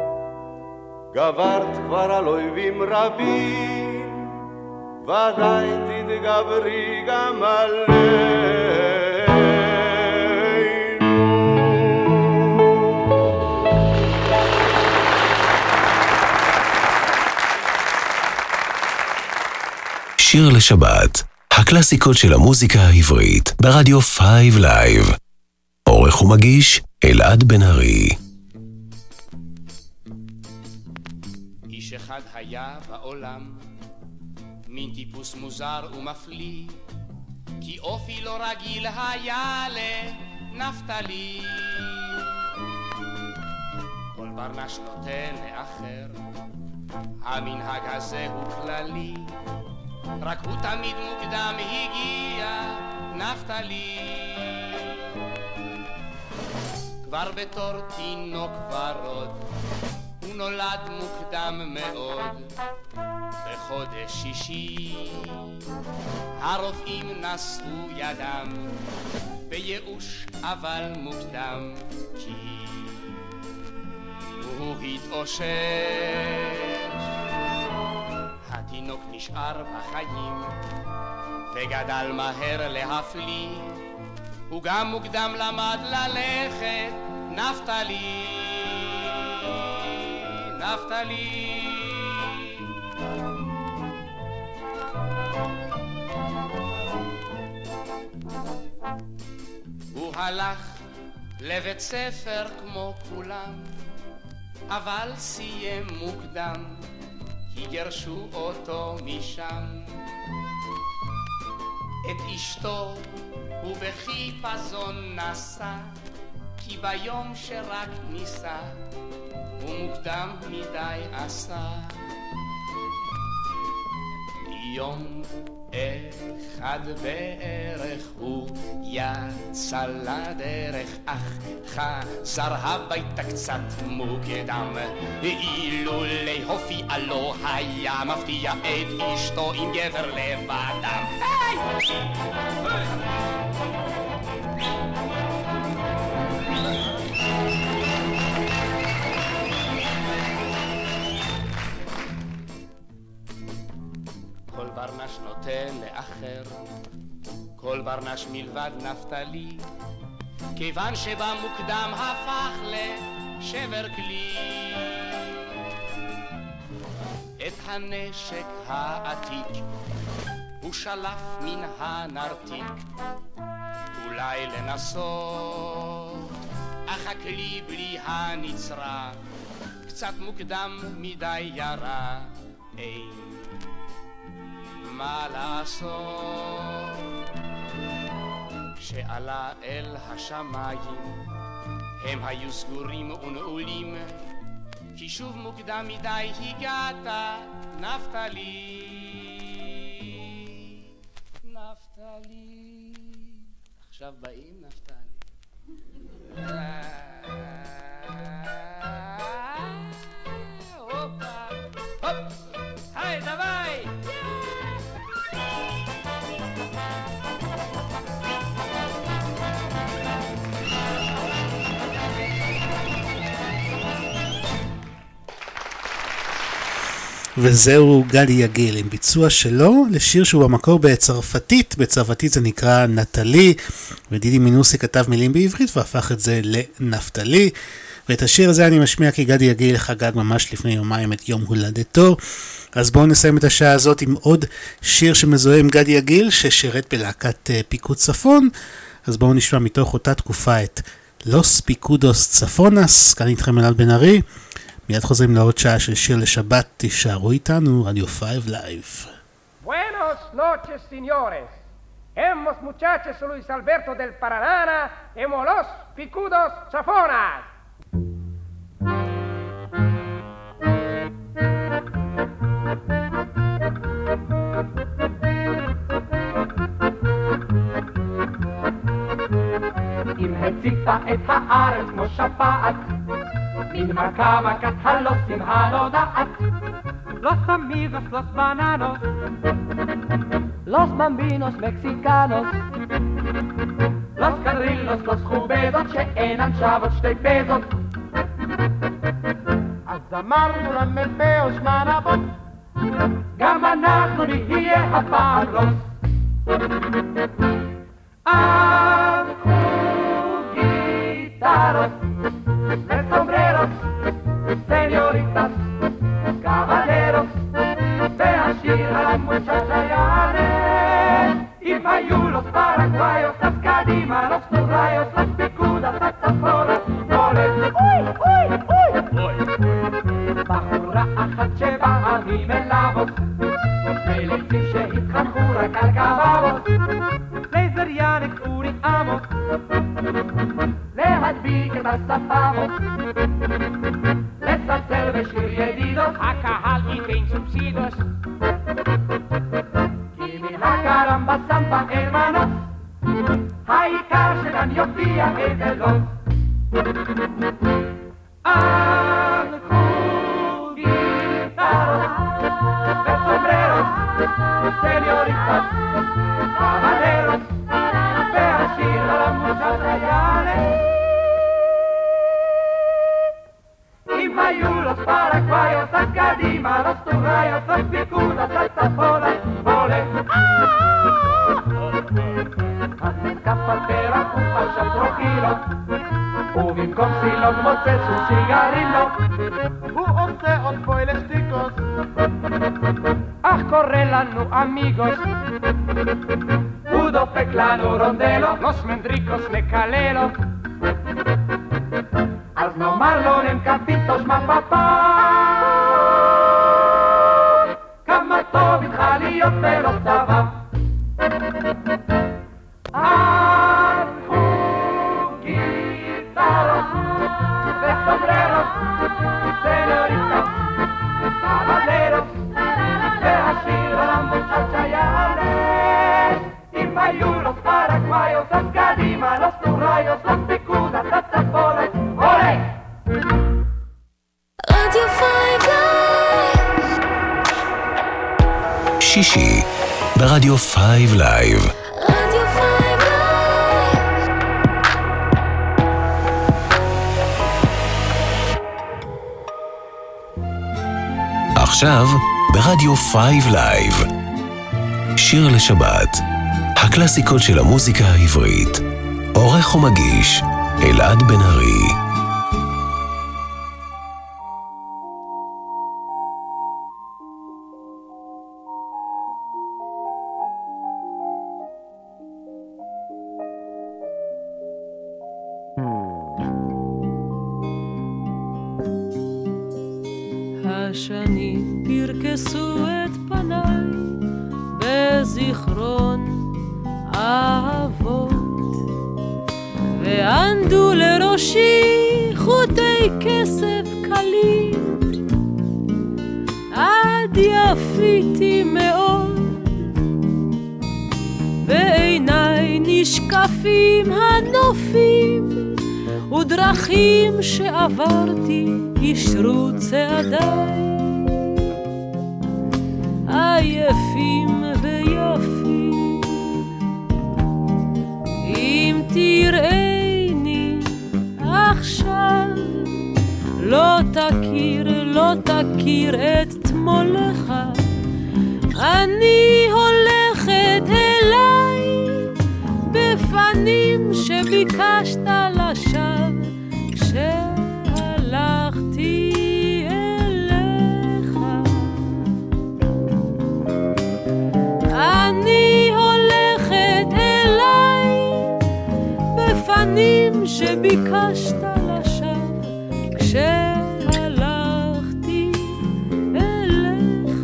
Speaker 14: גברת כבר על אויבים רבים, ודאי תתגברי גם עלינו.
Speaker 1: שיר לשבת, הקלאסיקות של המוזיקה העברית, ברדיו פייב לייב. עורך ומגיש אלעד בן ארי.
Speaker 15: איש אחד היה בעולם, מין טיפוס מוזר ומפליא, כי אופי לא רגיל היה לנפתלי. ברנש נותן לאחר, המנהג הזה הוא כללי, רק הוא תמיד מוקדם הגיע, נפתלי. כבר בתור תינוק ורוד, הוא נולד מוקדם מאוד, בחודש שישי הרופאים נשאו ידם, בייאוש אבל מוקדם, כי הוא התאושש. התינוק נשאר בחיים וגדל מהר להפליא, הוא גם מוקדם למד ללכת, נפתלי, נפתלי. הוא הלך לבית ספר כמו כולם, אבל סיים מוקדם, יגרשו אותו משם. את אשתו הוא בחיפזון נסע, כי ביום שרק ניסה הוא מוקדם מדי עשה. יום אחד בערך הוא יצא לדרך, אך חזר הביתה קצת מוקדם, אילולי הופיע לו היה מפתיע את אשתו עם גבר לבדם. כל ברנש נותן לאחר, כל ברנש מלבד נפתלי, כיוון שבמוקדם הפך לשבר כלי. את הנשק העתיק הוא שלף מן הנרתיק, אולי לנסות, אך הכלי בלי הנצרה קצת מוקדם מדי ירה, אין מה לעשות. שעלה אל השמיים הם היו סגורים ונעולים, כי שוב מוקדם מדי הגעת, נפתלי, נפתלי. עכשיו באים נפתלי. הופה, הופ, היי דווי.
Speaker 3: וזהו גדי יגיל עם ביצוע שלו לשיר שהוא במקור בצרפתית, בצרפתית זה נקרא נטלי, ודידי מינוסי כתב מילים בעברית והפך את זה לנפתלי, ואת השיר הזה אני משמיע כי גדי יגיל חגג ממש לפני יומיים את יום הולדתו. אז בואו נסיים את השעה הזאת עם עוד שיר שמזוהה עם גדי יגיל ששירת בלהקת פיקוד צפון. אז בואו נשמע מתוך אותה תקופה את לוס פיקודוס צפונס. כאן איתכם אלעד בן ארי, מיד חוזרים לעוד שעה של שיר לשבת, תישארו איתנו, רדיו פייב לייב.
Speaker 16: Buenos noches, señores. Hemos muchachos Luis Alberto del Paraná, hemos los picudos chafonas.
Speaker 6: אם הציפה את הארץ כמו שפעת, מן מכה מכת הלוסים הנודעת, los amigos, los bananos, los bambinos mexicanos, los carrilos, los jubedos שאינן שוות שתי פזות. אז אמרנו למטבע ושמן אבות, גם אנחנו נהיה הפעם רוס. אז קחו גיטרות וסומבררות, סניוריטס, קבלרות, והשיר על המוצ'צ'ה יעלה. אם היו los paraguayos, las cadimas, los turrayos, las picudas, las צפונות, נולד אוי אוי אוי בחורה אחת שבאה ממלאבוס, מליצים שהתחנכו רק על קבבות, לייזר יאניק אורי עמוס, להדביק את הספרות.
Speaker 16: הקהל ייתן סובסידוס. כי מן הקרמבה סמבה אין מנוס, העיקר שגם יופיע אגלות. הלכו גיטרות וסומבררות, סניוריטות, קבלרות, והשיר על המושצה יעלה. אם היו los paraguayos, אז קדימה, los turrayos, los picudas, saxofones, vole. אז נתקף על פרח ופרשת טרוקילו, ובמקום סילות מוצא סוסיגרינו, הוא עושה עוד פוילסטיקוס, אך קורא לנו אמיגוס, הוא דופק לנו רונדלו, los mendricos מקללו, אז נאמר לו נמקפיטוס מפפה, כמה טוב איתך להיות ולא צבא. הלכו גיטרות וסומבררות, סניוריטות, קבלרות, והשיר על המושצה יעלה. אם היו los paraguayos, אז קדימה, los turrayos, los picudas, saxofones, ole!
Speaker 1: רדיו פייב לייב. שישי ברדיו פייב לייב.
Speaker 4: רדיו פייב לייב.
Speaker 1: עכשיו ברדיו פייב לייב. שיר לשבת. הקלאסיקות של המוזיקה העברית. עורך ומגיש אלעד בן ארי.
Speaker 6: השנים פרקסו את פניי בזיכרון אהבות, וענדו לראשי חוטי כסף קלים, עד יפיתי מאוד, בעיניי נשקפים הנופים, ודרכים שעברתי ישרו צעדיי, עייפים ויפים. אם תראיני עכשיו, לא תכיר, לא תכיר את תמולך, אני הולכת אליי בפנים שביקשת לשווא, כשהלכתי אליך. אני הולכת אליי בפנים שביקשת לשווא, כשהלכתי אליך.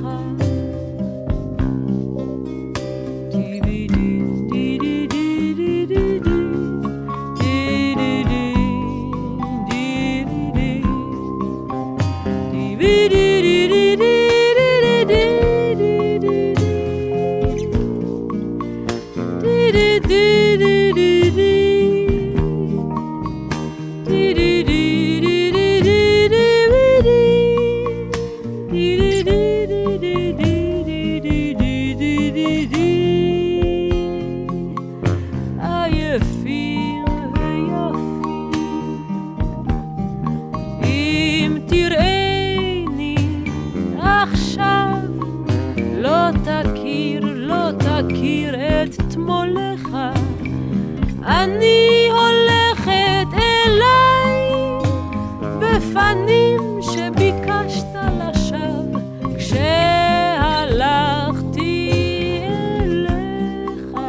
Speaker 6: עייפים ויפים. אם תראיני עכשיו, לא תכיר, לא תכיר את תמולך, אני הולכת אליי בפנים שביקשת לשווא, כשהלכתי אליך.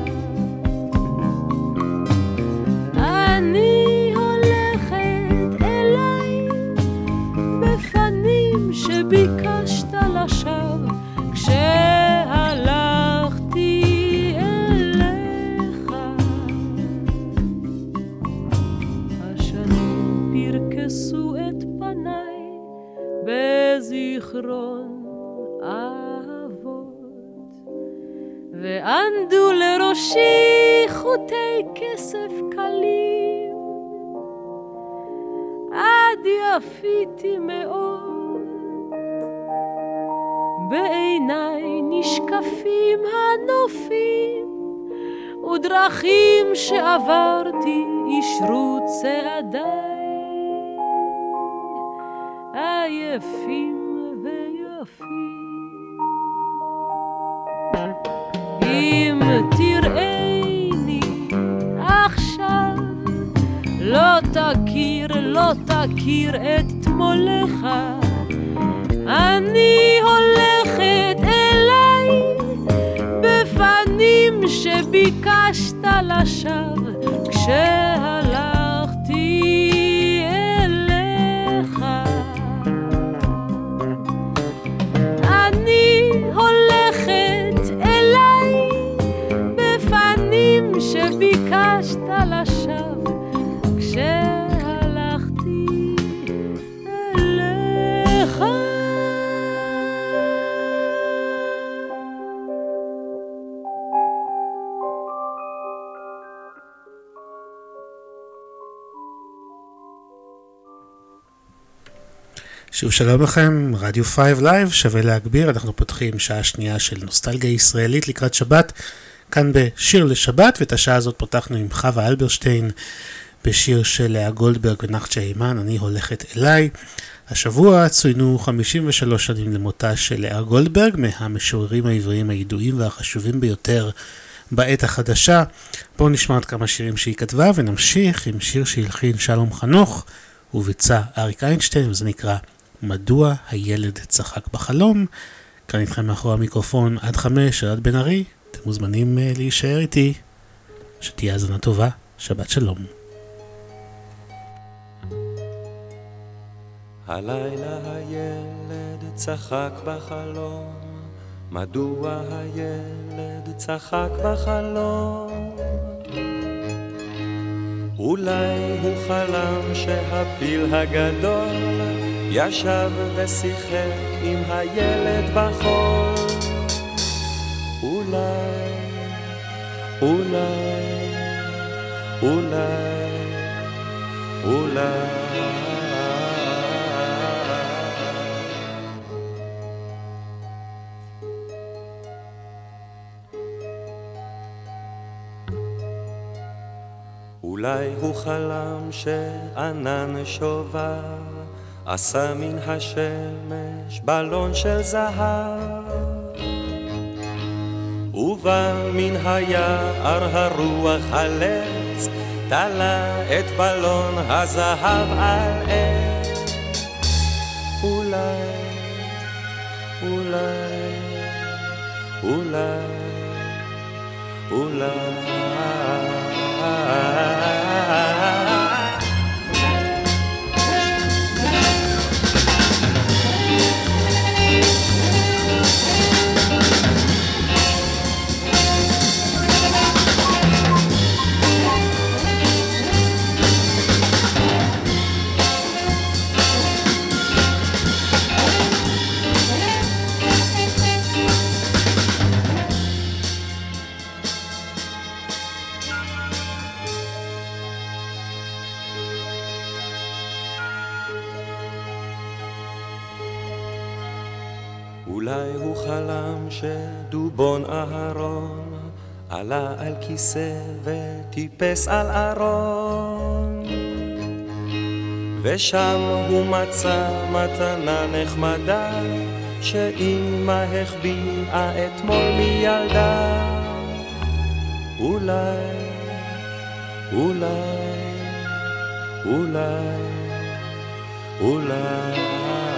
Speaker 6: אני הולכת אליי בפנים שביקשת לשווא, כשהלכתי אליך. השנים פרקסו את פניי
Speaker 17: וענדו לראשי חוטי כסף קלים, עד יפיתי מאוד, בעיניי נשקפים הנופים, ודרכים שעברתי ישרו צעדיי, עייפים ויפים. אם תראיני עכשיו, לא תכיר, לא תכיר את תמולך, אני הולכת אליי בפנים שביקשת לשווא כשהלכתי אליך. אני הולכת אליי בפנים שביקשת לשווא כשהלכתי אליך.
Speaker 3: שוב שלום לכם, רדיו פייב לייב, שווה להגביר. אנחנו פותחים שעה שנייה של נוסטלגיה ישראלית לקראת שבת, כאן בשיר לשבת, ואת השעה הזאת פותחנו עם חווה אלברשטיין בשיר של לאה גולדברג ונחצ'ה הימן, אני הולכת אליי. השבוע צוינו חמישים ושלוש שנים למותה של לאה גולדברג, מהמשוררים העבריים הידועים והחשובים ביותר בעת החדשה. בואו נשמע עוד כמה שירים שהיא כתבה, ונמשיך עם שיר שהלחין שלום חנוך וביצע אריק איינשטיין, וזה נקרא מדוע הילד צחק בחלום. כאן איתכם מאחורי המיקרופון עד חמש, עד בן ארי. אתם מוזמנים להישאר איתי, שתהיה האזנה טובה, שבת שלום.
Speaker 18: הלילה הילד צחק בחלום, מדוע הילד צחק בחלום? אולי הוא חלם שהפיל הגדול ישב ושיחק עם הילד בחול. אולי, אולי, אולי, אולי. אולי הוא חלם שענן שובר עשה מן השמש בלון של זהב, ובא מן היער הרוח הלץ תלה את בלון הזהב על עץ. אולי, אולי, אולי, אולי אולי הוא חלם שדובון אהרון עלה על כיסא וטיפס על ארון, ושם הוא מצא מתנה נחמדה שאמא החביאה אתמול מילדה. אולי, אולי, אולי, אולי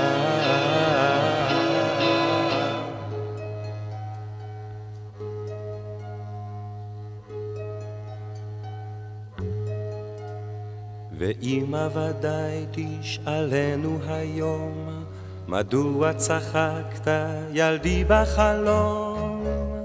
Speaker 18: ואמא ודאי תשאלנו היום מדוע צחקת ילדי בחלום,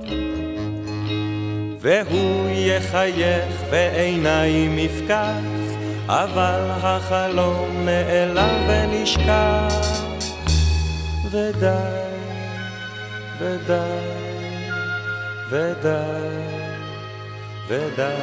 Speaker 18: והוא יחייך ועיניים יפקח, אבל החלום נעלם ונשכח. ודי, ודי, ודי, ודי.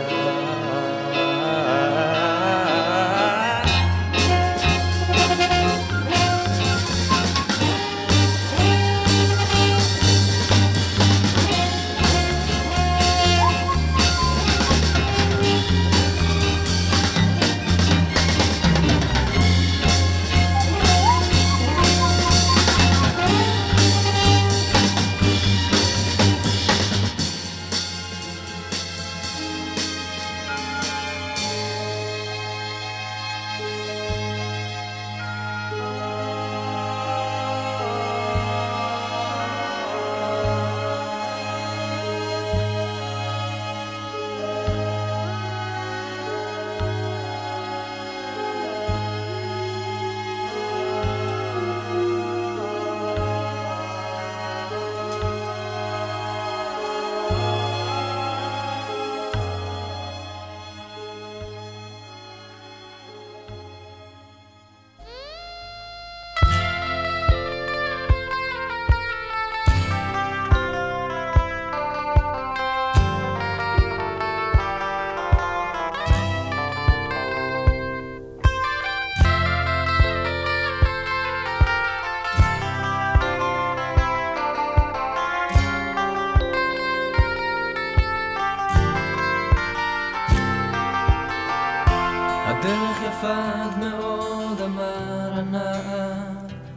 Speaker 6: יפת מאוד אמר הנער,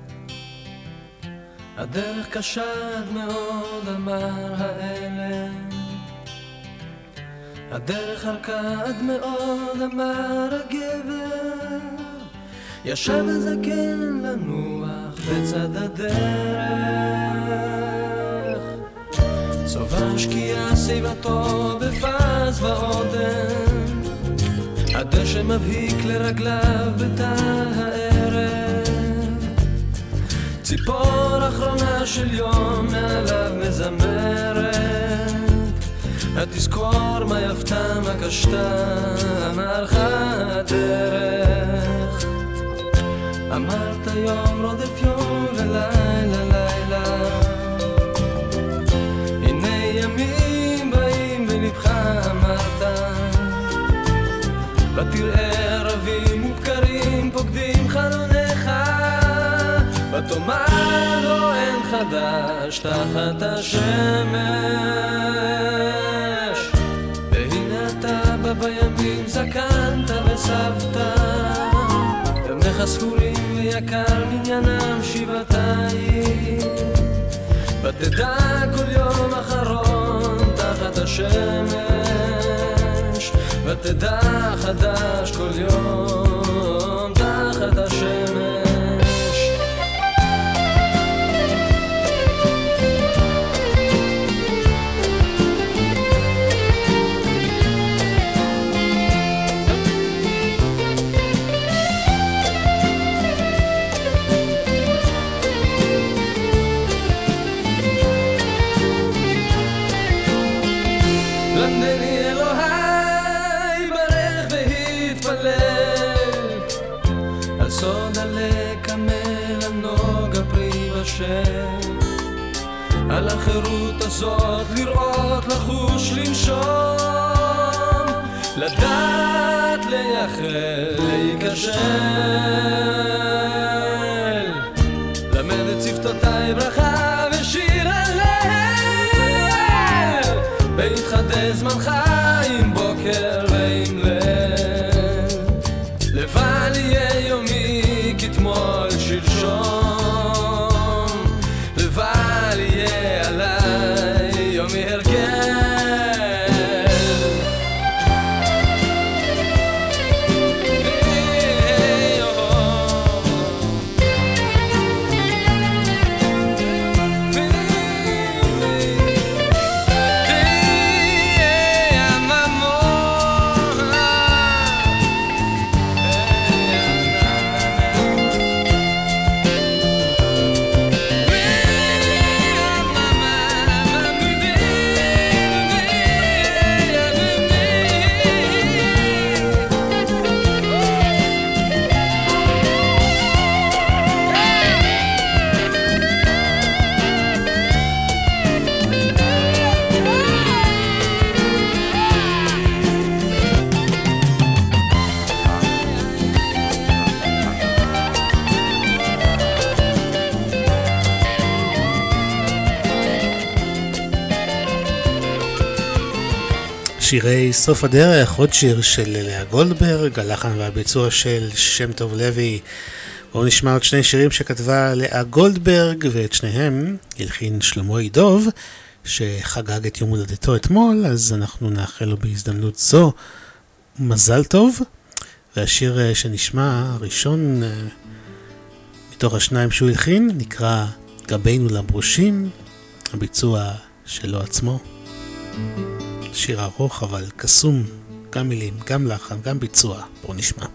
Speaker 6: הדרך קשת מאוד אמר האלם, הדרך ארכד מאוד אמר הגבר, ישב הזקן לנוח בצד הדרך, צובר שקיעה סביבתו בפז ועודן, הדשא מבהיק לרגליו בתא הערב, ציפור אחרונה של יום מעליו מזמרת, התזכור מה יפתה מה קשתה המערכה הדרך, אמרת יום רודף יום ולילה לילה, הנה ימים באים בלבך אמרת, ותראה רבים ובקרים פוקדים חלונך, ותאמר לו אין חדש תחת השמש, והנה אתה בא בימים זקנת וסבתא, ימיך ספורים ויקר מניינם שבעתיים, ותדע כל יום אחרון תחת השמש, ותדע חדש כל יום תחת השמש. למדני אלוהי ברך והתפלל, על סוד הלקמל הנוגה פרי בשל, על החירות הזאת לראות לחוש לנשום, לדעת לייחל להיכשל, למד את שפתותיי ברכה ושיר הלל, ויתחדש זמנך עם בוקר ועם ליל, לבל יהיה יומי כתמול שלשום, לבל יהיה עליי יומי הרגל.
Speaker 3: שירי סוף הדרך, עוד שיר של לאה גולדברג, הלחן והביצוע של שם טוב לוי. בואו נשמע עוד שני שירים שכתבה לאה גולדברג, ואת שניהם הלחין שלמה ידוב, שחגג את יום הולדתו אתמול, אז אנחנו נאחל לו בהזדמנות זו מזל טוב. והשיר שנשמע הראשון מתוך השניים שהוא הלחין נקרא גבינו לברושים, הביצוע שלו עצמו. שיר ארוך אבל קסום, גם מילים, גם לחן, גם ביצוע. בואו נשמע.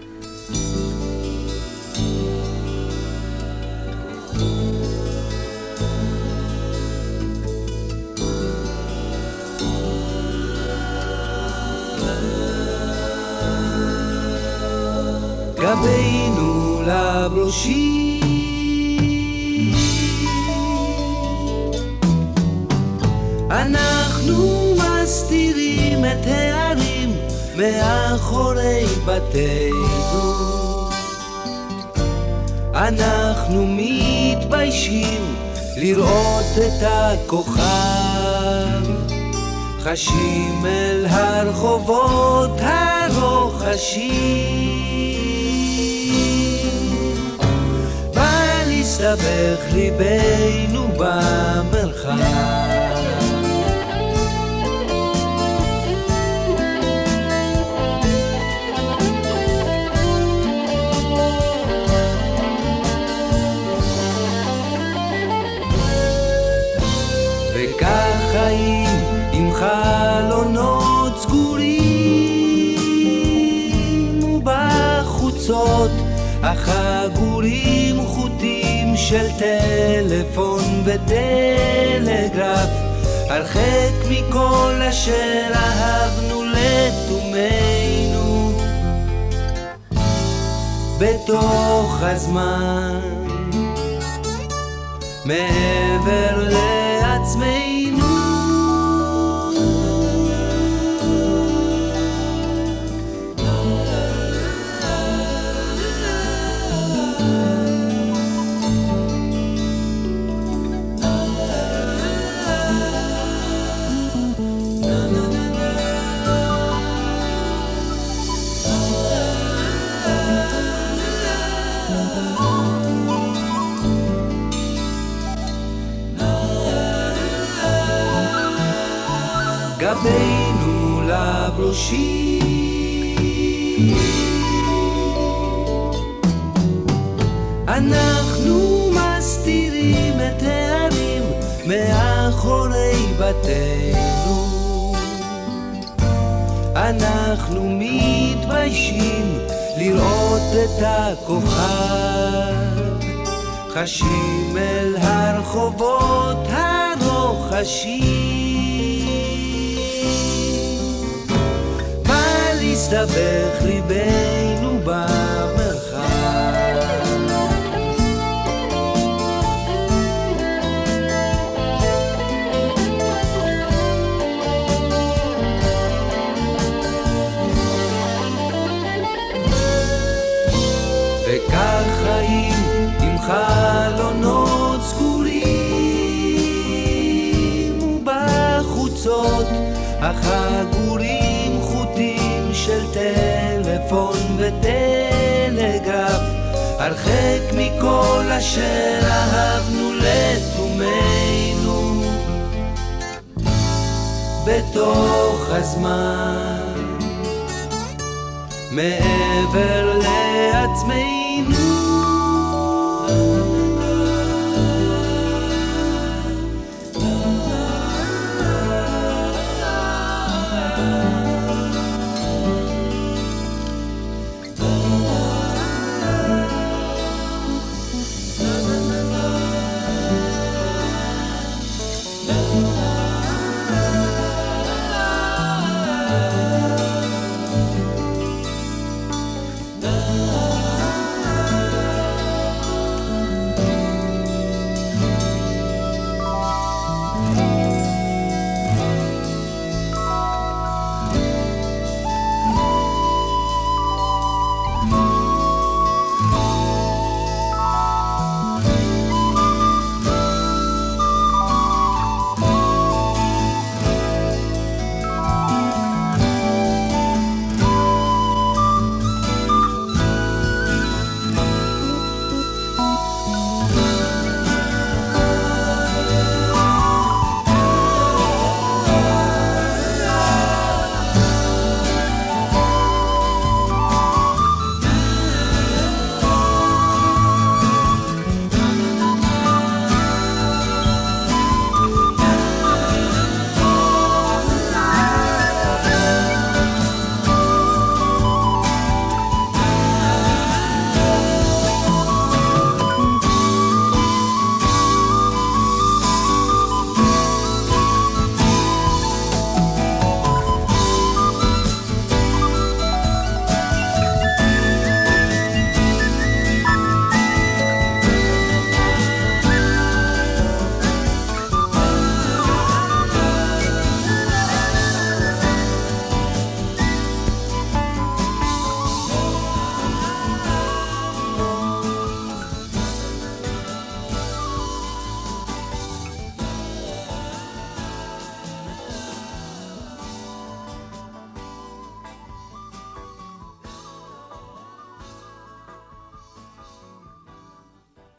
Speaker 19: גבינו לברושים, אנחנו מסתירים את הערים מאחורי בתינו, אנחנו מתביישים לראות את הכוכב, חשים אל הרחובות הרוחשים, סבך ליבנו במרחב, וכך חיים עם חלונות סגורים, ובחוצות החגורים חוטים של טלפון וטלגרף, הרחק מכל אשר אהבנו לתומנו, בתוך הזמן מעבר לעצמנו. גבינו לברושים, אנחנו מסתירים את הערים מאחורי בתינו, אנחנו מתביישים לראות את הכוכב, חשים אל הרחובות הרוחשים, הסתבך ליבנו במרחב, וכך חיים עם חלונות סגורים, ובחוצות החגורים חוטים של טלפון וטלגרף, הרחק מכל אשר אהבנו לתומנו, בתוך הזמן מעבר לעצמנו.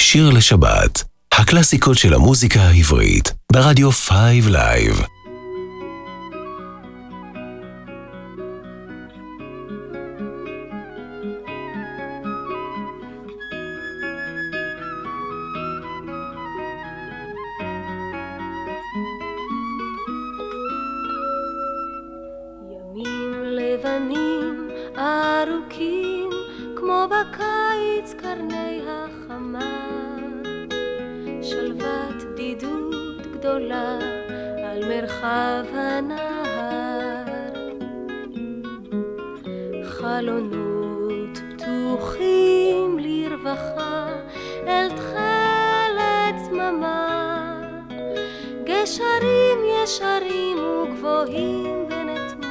Speaker 1: שיר לשבת, הקלאסיקות של המוזיקה העברית, ברדיו פייב לייב.
Speaker 17: לבנים ארוכים כמו בקיץ קרני החמה, שלוות בדידות גדולה על מרחב הנהר, חלונות פתוחים לרווחה אל תחלת זממה, גשרים ישרים וגבוהים בין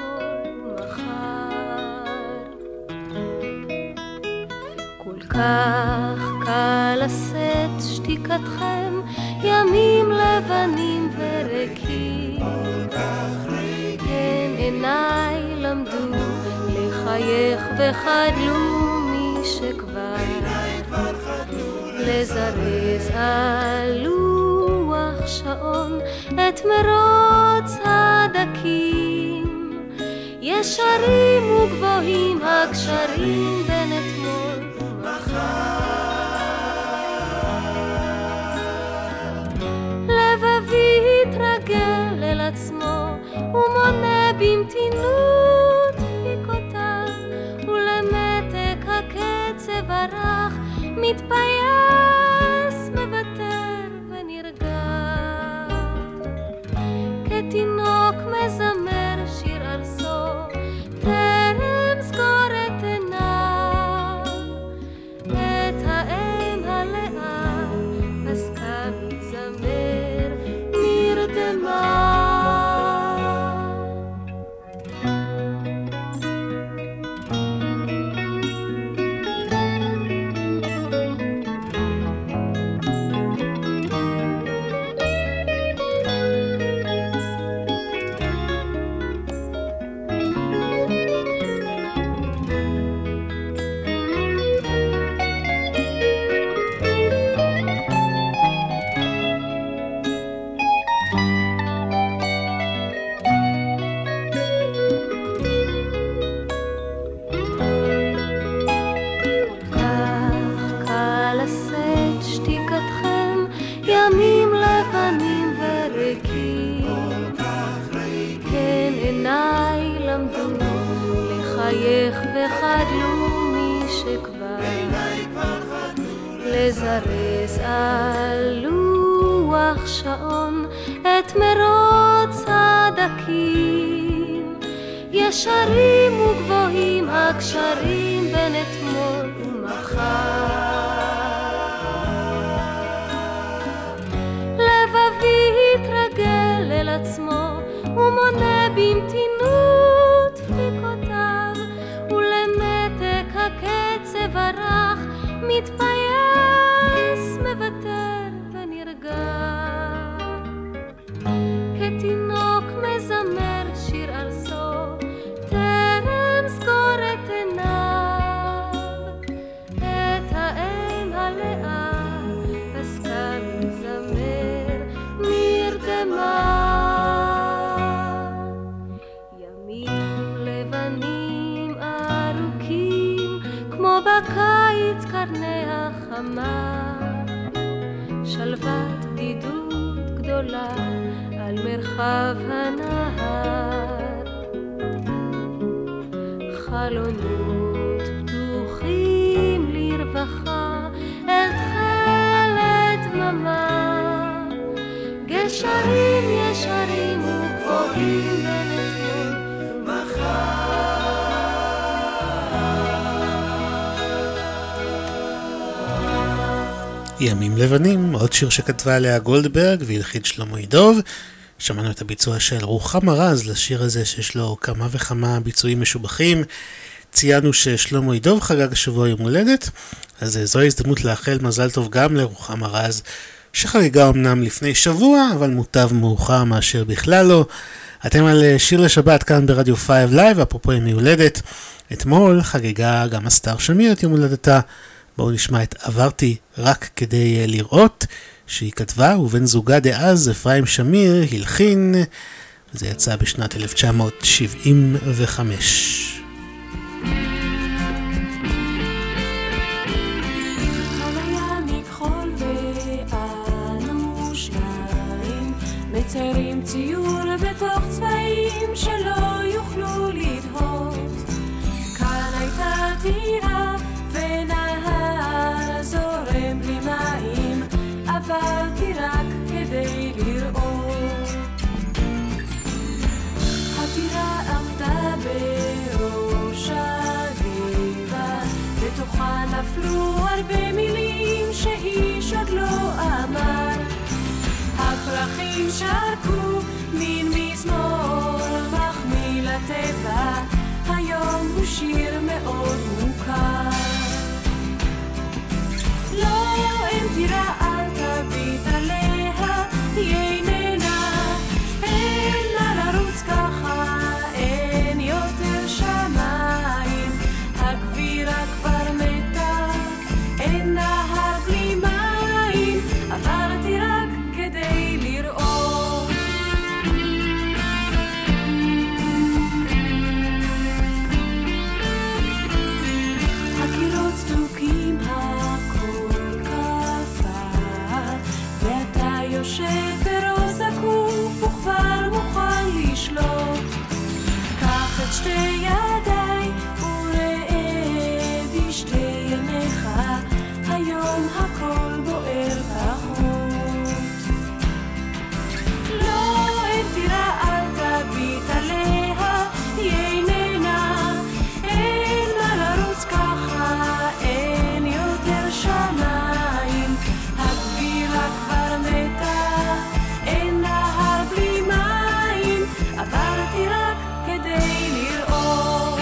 Speaker 17: כך קל לשאת שתיקתכם, ימים לבנים וריקים, כן עיניי למדו לחייך וחדלו מי שכבר לזרז על לוח שעון את מרוץ הדקים, ישרים וגבוהים הגשרים בין אתמול לבבי התרגל אל עצמו ומונה במתינות דפיקותיו, ולמתק הקצב הרך מתפייס, מוותר ונרגע, כתינוק מזמר שיר ארסו טרם סגור את עיניו, את האם הלאה פסקה מזמר נרדמה. לזרז על לוח שעון את מרוץ הדקים, ישרים וגבוהים הקשרים בין אתמול ומחר, לבבי התרגל אל עצמו ומונה במתינות דפיקותיו, ולמתק הקצב הרך מתפייס, מוותר ונרגע, כתינוק מזמר שיר ארסו טרם סגור את עיניו, את האם הלאה פסקה מזמר נרדמה. ימים לבנים ארוכים כמו בקיץ קרני החמה, שלוות בדידות גדולה על מרחב הנהר, חלונות פתוחים לרווחה אל תחלת דממה, גשרים ישרים וגבוהים בין אתמול ומחר.
Speaker 3: ימים לבנים, עוד שיר שכתבה עליה גולדברג והלחין שלמה ידוב. שמענו את הביצוע של רוחמה רז לשיר הזה שיש לו כמה וכמה ביצועים משובחים. ציינו ששלמה ידוב חגג השבוע יום הולדת, אז זו ההזדמנות לאחל מזל טוב גם לרוחמה רז, שחגגה אמנם לפני שבוע, אבל מוטב מאוחר מאשר בכלל לא. אתם על שיר לשבת כאן ברדיו פייב לייב, אפרופו יום הולדת. אתמול חגגה גם אסתר שמיר את יום הולדתה, בואו נשמע את עברתי רק כדי לראות, שהיא כתבה, ובן זוגה דאז אפרים שמיר הלחין, וזה יצא בשנת אלף תשע מאות שבעים וחמש.
Speaker 17: מציירים ציור בתוך צבעים שלא יוכלו לדהות. כאן הייתה טירה ונהר זורם בלי מים, עברתי רק כדי לראות. הטירה עמדה בראש הגבעה, בתוכה נפלו הרבה מילים שאיש עוד לא אמר. הפרחים שרקו מין מזמור מחמיא לטבע, היום הוא שיר מאוד מוכר. לא, אין טירה, אל תביט עליה, היא איננה, אין לה לרוץ ככה, אין יותר שמיים, הגבירה כבר מתה, אין נהר בלי מים, עברתי רק כדי לראות. הקירות סדוקים, הכל קפא, ואתה יושב בראש זקוף וכבר מוכן לשלוט. קח את שתי ידיי וראה בשתי עיניך, היום הכל בוער בחוץ. אל תביט עליה, היא איננה, אין מה לרוץ ככה, אין יותר שמיים, הגבירה כבר מתה, אין נהר בלי מים, עברתי רק כדי לראות.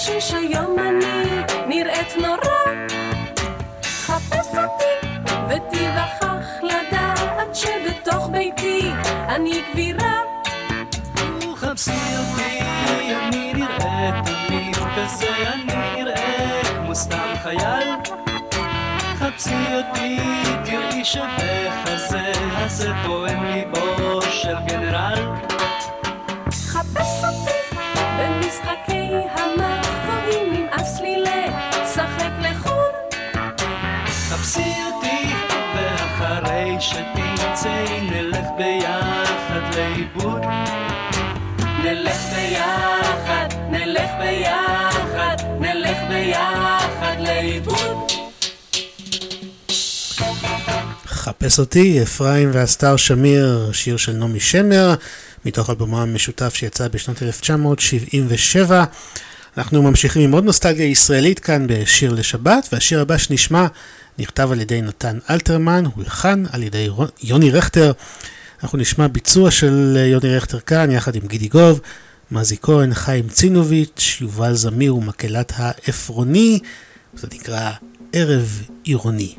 Speaker 17: חשיש היום אני נראית נורא, חפש אותי ותיווכח לדעת שבתוך ביתי אני גבירה.
Speaker 19: חפשי אותי, אני נראית תמיד כזה, אני נראית כמו סתם חייל. חפשי אותי, תראי שבחזה הזה פועם ליבו של גנרל.
Speaker 17: חפש אותי במשחקי המחבורים, נמאס לי לשחק לחול.
Speaker 19: חפשי אותי ואחרי שתמצאי נלך ביחד לאיבוד.
Speaker 17: נלך ביחד, נלך ביחד, נלך ביחד לאיבוד.
Speaker 3: חפש אותי, אפרים והסטאר שמיר, שיר של נעמי שמר, מתוך אלבומה המשותף שיצא בשנת אלף תשע מאות שבעים ושבע. אנחנו ממשיכים עם עוד נוסטלגיה ישראלית כאן בשיר לשבת, והשיר הבא שנשמע נכתב על ידי נתן אלתרמן, הולחן על ידי יוני רכטר. אנחנו נשמע ביצוע של יוני רכטר כאן, יחד עם גידי גוב, מזי כהן, חיים צינוביץ', יובל זמיר ומקהלת העפרוני. זה נקרא ערב עירוני.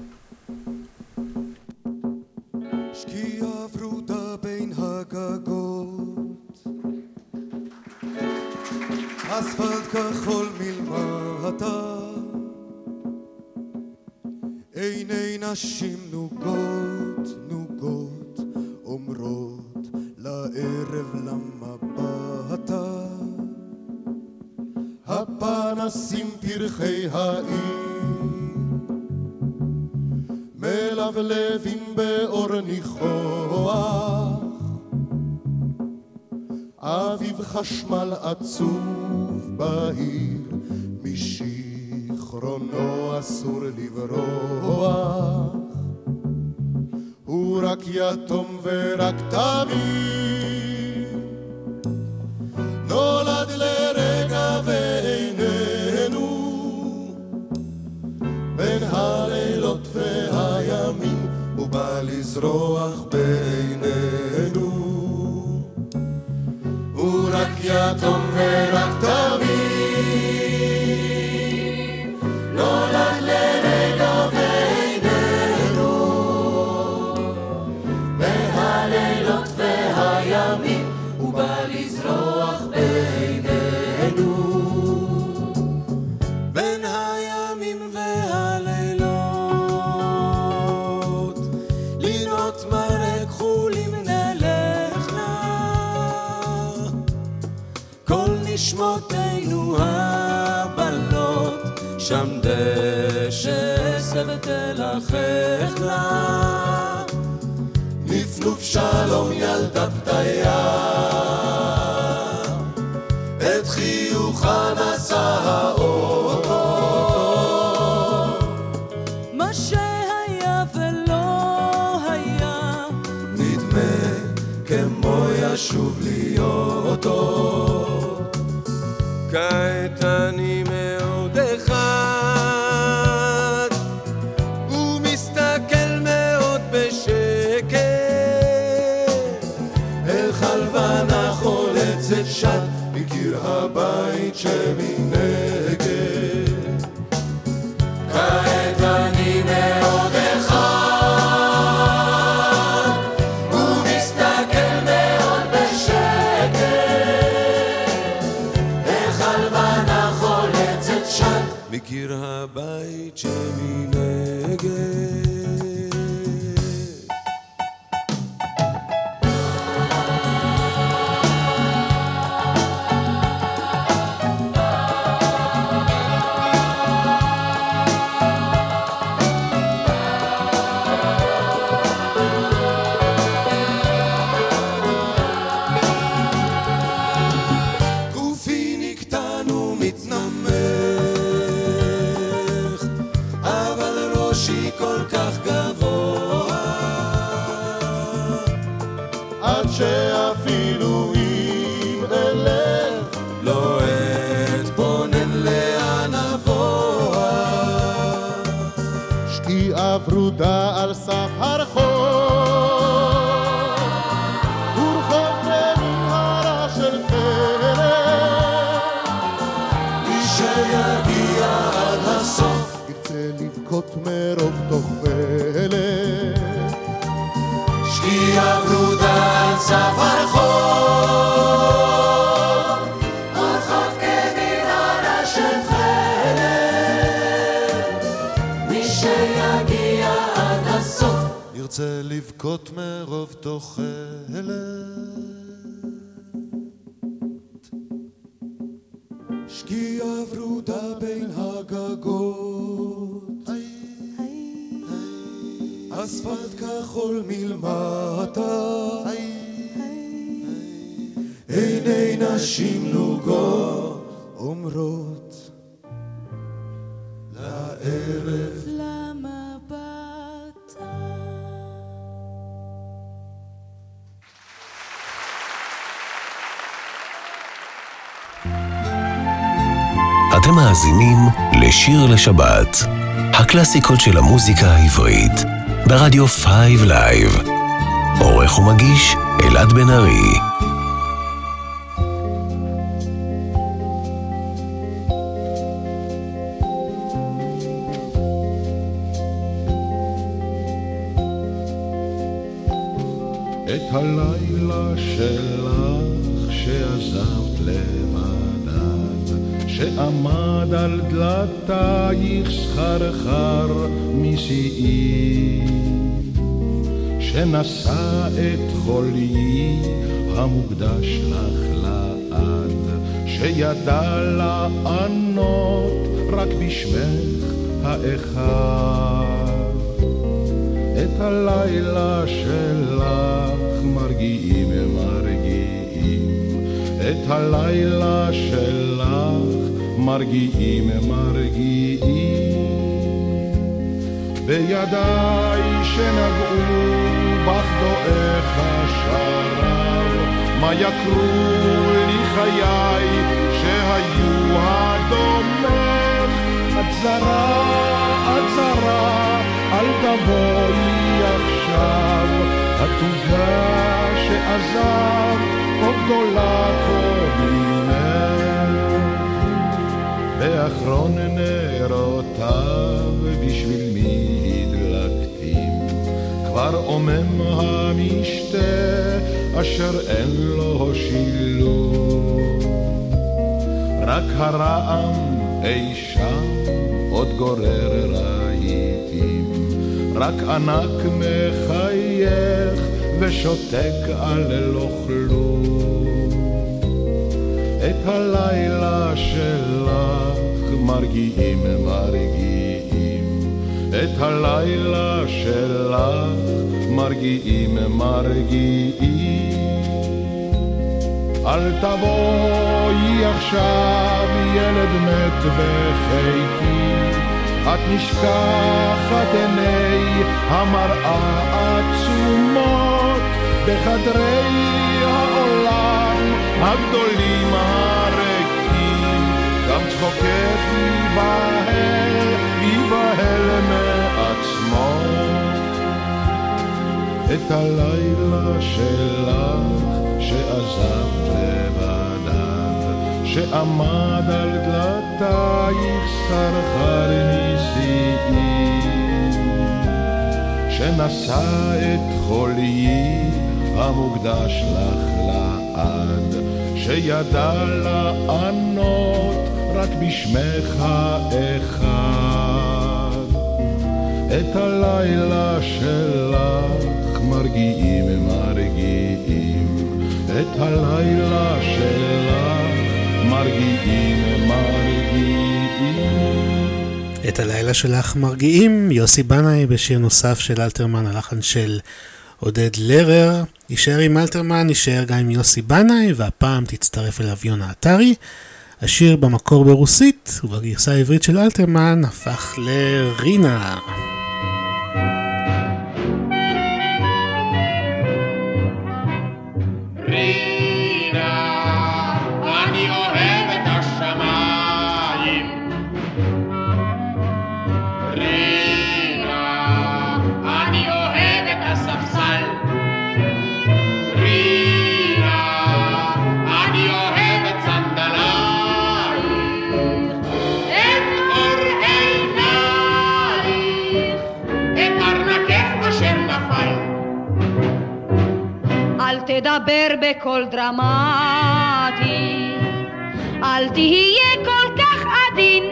Speaker 5: שקיעה ורודה בין הגגות, אספלט כחול מלמטה, עיני נשים נוגות נוגות אומרות לערב למבטה. הפנסים פרחי העיר מלבלבים באור ניחוח, אביב חשמל עצוב בהיר, משיכרונו אסור לברוח. הוא רק יתום ורק תמים, נולד לרגע ואיננו, בין הלילות והימים הוא בא לזרוח בינינו. הוא רק יתום ורק תמים, נולד לרגע ואיננו, בין הלילות והימים הוא בא לזרוח בינינו. בין הימים והלילות לינות מרק חולים נלך לה, כל נשמותינו הבלות שם דשא סבת תלחך לה. נפנוף שלום ילדה פתיה, את חיוכה נשא האוטו,
Speaker 19: מה שהיה ולא היה
Speaker 5: נדמה כמו ישוב להיות עוד.
Speaker 19: כעת אני מאוד אחד ומסתכל מאוד בשקט
Speaker 5: אל חלבנה חולצת שד בקיר הבית שמנגד. כעת אני מאוד אחד ומסתכל מאוד בשקט אל חלבנה חולצת שד
Speaker 19: בקיר הבית שמנגד.
Speaker 5: גופי נקטן ומתנמך, אבל ראשי כל כך גבוה, עד שאפילו אם אלך לא אתבונן לאן אבוא. שקיעה ורודה על סף הרחוב, ורחוב במנהרה של פרק, מי ש...
Speaker 20: לבכות מרוב תוחלת.
Speaker 5: שקיעה ורודה על סף הרחוב, רחוב כמנהרה של תכלת, מי שיגיע עד הסוף
Speaker 20: ירצה לבכות מרוב תוחלת. שקיעה ורודה בין הגגות, אספלט כחול מלמטה, עיני נשים נוגות אומרות לערב
Speaker 7: למה באת.
Speaker 1: אתם מאזינים לשיר לשבת, הקלאסיקות של המוזיקה העברית, ברדיו פייב לייב. עורך ומגיש אלעד בן ארי.
Speaker 21: את הלילה שלך שעזבת לבדד, שעמד על דלתייך סחרחר משיאי, שנשא את חולי המוקדש לך לעד, שידע לענות רק בשמך האחד. את הלילה שלך מרגיעים מרגיעים, את הלילה שלך מרגיעים מרגיעים, בידיי שנגעו בך דועך השרב, מה יקרו לי חיי שהיו הדומך. את זרה, את זרה, אל תבואי עכשיו, התוגה שעזבת כה גדולה קודמך. באחרון נרותיו בשביל מי הדלקתים, כבר עומם המשתה אשר אין לו שילוב, רק הרעם אי שם עוד גורר רהיטים, רק ענק מחייך ושותק על לא כלום. את הלילה שלך מרגיעים מרגיעים, את הלילה שלך מרגיעים מרגיעים. אל תבואי עכשיו ילד מת בחיקי, את נשכחת עיני המראה עצומות בחדרי העולם הגדולים הריקים, גם צחוקך ייבהל, ייבהל מעצמו. את הלילה שלך שעזבת לבדד, שעמד על דלתייך סחרחר משיאי, שנשא את חולי המוקדש לך לעד, שידע לענות רק בשמך האחד. את הלילה שלך מרגיעים מרגיעים, את הלילה שלך מרגיעים מרגיעים.
Speaker 3: את הלילה שלך מרגיעים, יוסי בנאי בשיר נוסף של אלתרמן, הלחן של עודד לרר. יישאר עם אלתרמן, יישאר גם עם יוסי בנאי, והפעם תצטרף אליו יונה עטרי. השיר במקור ברוסית ובגרסה העברית של אלתרמן הפך לרינה.
Speaker 5: רינה,
Speaker 2: בקול דרמטי, אל תהיה כל כך עדין,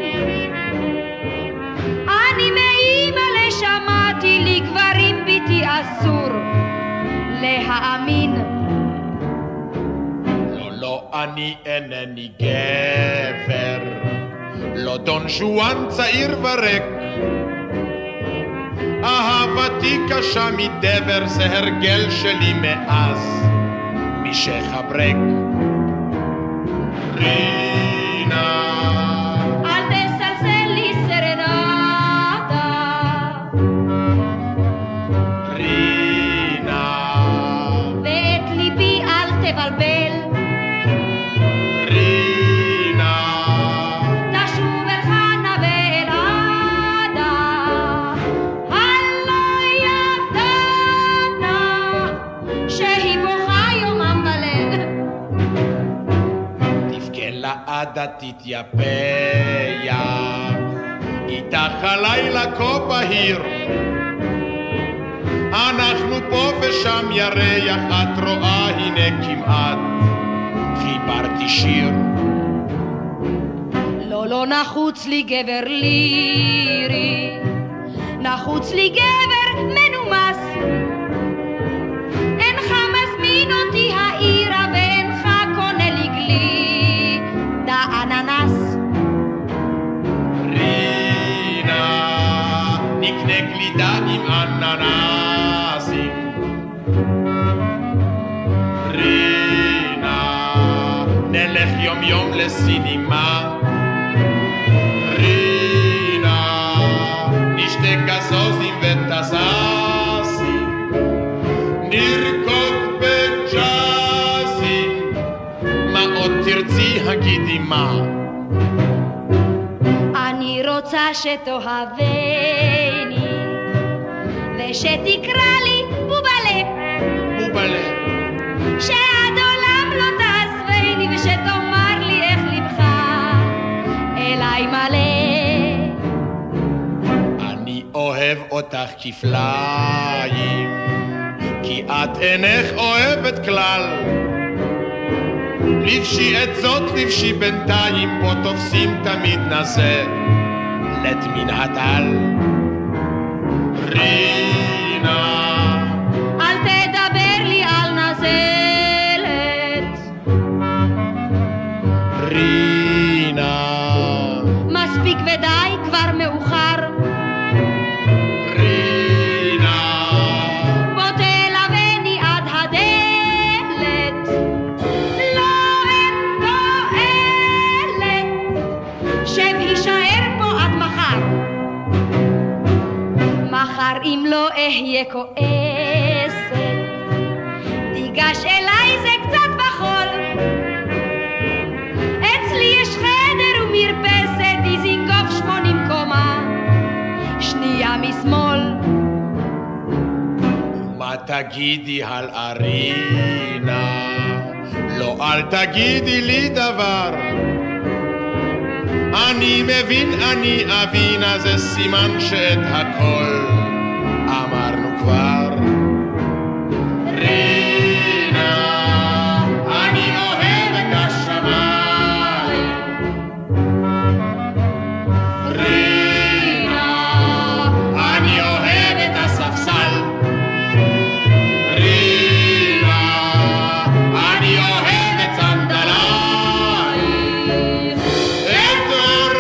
Speaker 2: אני מאמא לשמעתי, לי גברים ביתי אסור להאמין.
Speaker 9: לא, לא, אני אינני גבר, לא דון שואן צעיר ורק, אהבתי קשה מדבר, זה הרגל שלי מאז משחברק. רינה,
Speaker 2: אל תסלסל לי סרנדה,
Speaker 9: רינה,
Speaker 2: ואת ליבי אל תבלבל,
Speaker 9: רינה,
Speaker 2: תשוב אל חנה ואל עדה, הלא ידעת שהיא בוכה יומם וליל.
Speaker 9: תבכה לעדה תתייפח, איתך הלילה כה בהיר, אנחנו פה ושם ירח, את רואה הנה כמעט חיברתי שיר.
Speaker 2: לא, לא נחוץ לי גבר לירי, נחוץ לי גבר מנומס, אינך מזמין אותי העירה ואינך קונה לי גלי דה אננס.
Speaker 9: רינה, נקנה גלידה עם אננסים, רינה, נלך יום יום לסינימה, רינה, נשתה גזוזים וטססים, נרקוד בג'אזים, מה עוד תרצי הגידי מה.
Speaker 2: אני רוצה שתאהבני ושתקרא לי בובלה,
Speaker 9: בובלה,
Speaker 2: שעד עולם לא תעזבני ושתאמר לי איך לבך אליי מלא.
Speaker 9: אני אוהב אותך כפליים, כי את אינך אוהבת כלל, לבשי את זאת לבשי בינתיים, פה תופסים תמיד נזה לת מן הטל. רינה,
Speaker 2: אל תדבר לי על נזלת,
Speaker 9: רינה,
Speaker 2: מספיק ודי כבר מאוחר,
Speaker 9: רינה,
Speaker 2: בוא תלווני עד הדלת, לא אין תועלת שב הישאר פה עד מחר, מחר אם לא אהיה כועסת תיגש אליי זה קצת בחול, אצלי יש חדר ומרפסת דיזינגוף שמונים קומה שנייה משמאל.
Speaker 9: מה תגידי על ארינה? לא אל תגידי לי דבר, אני מבין אני אבינה, זה סימן שאת הכל אמרנו כבר. רינה, אני אוהב את השמיים, רינה, אני אוהב את הספסל, רינה, אני אוהב את סנדלייך, את אור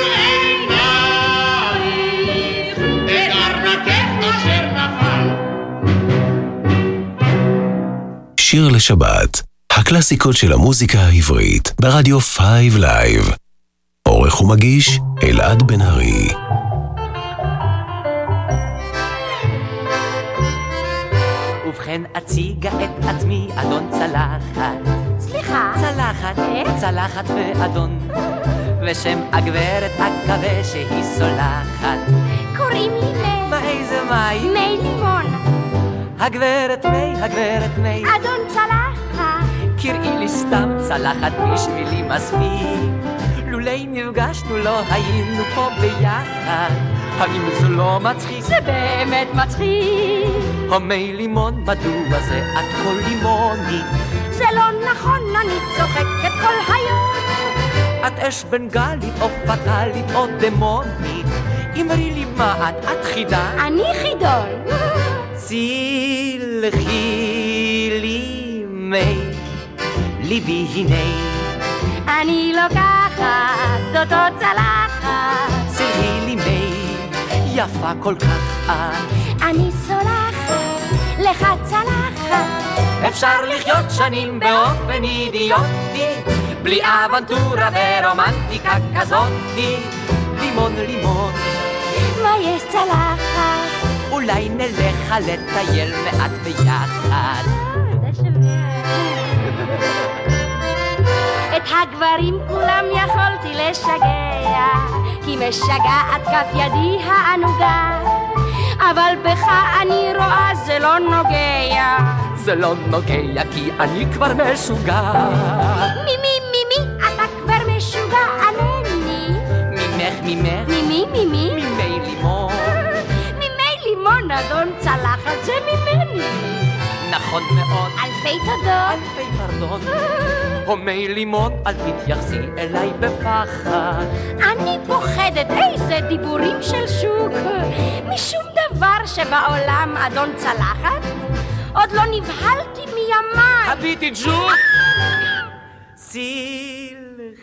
Speaker 9: עינייך, את ארנקך אשר נפל.
Speaker 1: שיר לשבת, הקלאסיקות של המוזיקה העברית, ברדיו פייב לייב. עורך ומגיש, אלעד בן ארי.
Speaker 22: ובכן אציגה את עצמי אדון צלחת.
Speaker 23: סליחה?
Speaker 22: צלחת, צלחת ואדון, ושם הגברת אקווה שהיא סולחת.
Speaker 23: קוראים לי מי.
Speaker 22: מה איזה מי?
Speaker 23: מי לימון.
Speaker 22: הגברת מי, הגברת מי.
Speaker 23: אדון צלחת.
Speaker 22: קראי לי סתם צלחת בשבילי מספיק, לולי נפגשנו לא היינו פה ביחד. האם זה לא מצחיק?
Speaker 23: זה באמת מצחיק.
Speaker 22: המי לימון, מדוע זה את כל לימונית?
Speaker 23: זה לא נכון, אני צוחקת כל היום.
Speaker 22: את אש בנגלית או פטלית או דמונית, אמרי לי מה את, את חידה?
Speaker 23: אני חידון.
Speaker 22: סלחי לי מי ליבי הנה,
Speaker 23: אני לוקחת אותו צלחת.
Speaker 22: סלחי לי מי יפה כל כך את,
Speaker 23: אני סולחת לך צלחת.
Speaker 22: אפשר לחיות שנים באופן אידיוטי, בלי אבנטורה ורומנטיקה כזאתי. לימון לימון,
Speaker 23: מה יש צלחת?
Speaker 22: אולי נלך לטייל מעט ביחד.
Speaker 23: את הגברים כולם יכולתי לשגע, כי משגעת כף ידי הענוגה, אבל בך אני רואה זה לא נוגע.
Speaker 22: זה לא נוגע כי אני כבר משוגע.
Speaker 23: מי מי מי מי אתה כבר משוגע ענני.
Speaker 22: ממך ממך
Speaker 23: ממי ממי
Speaker 22: ממי לימון.
Speaker 23: ממי לימון אדון צלחת זה ממני.
Speaker 22: נכון מאוד.
Speaker 23: אלפי תודות.
Speaker 22: אלפי פרדון. הומי לימון אל תתייחסי אליי בפחד.
Speaker 23: אני פוחדת איזה דיבורים של שוק, משום דבר שבעולם אדון צלחת עוד לא נבהלתי מימיי.
Speaker 22: הביטי ג'וק. סלחי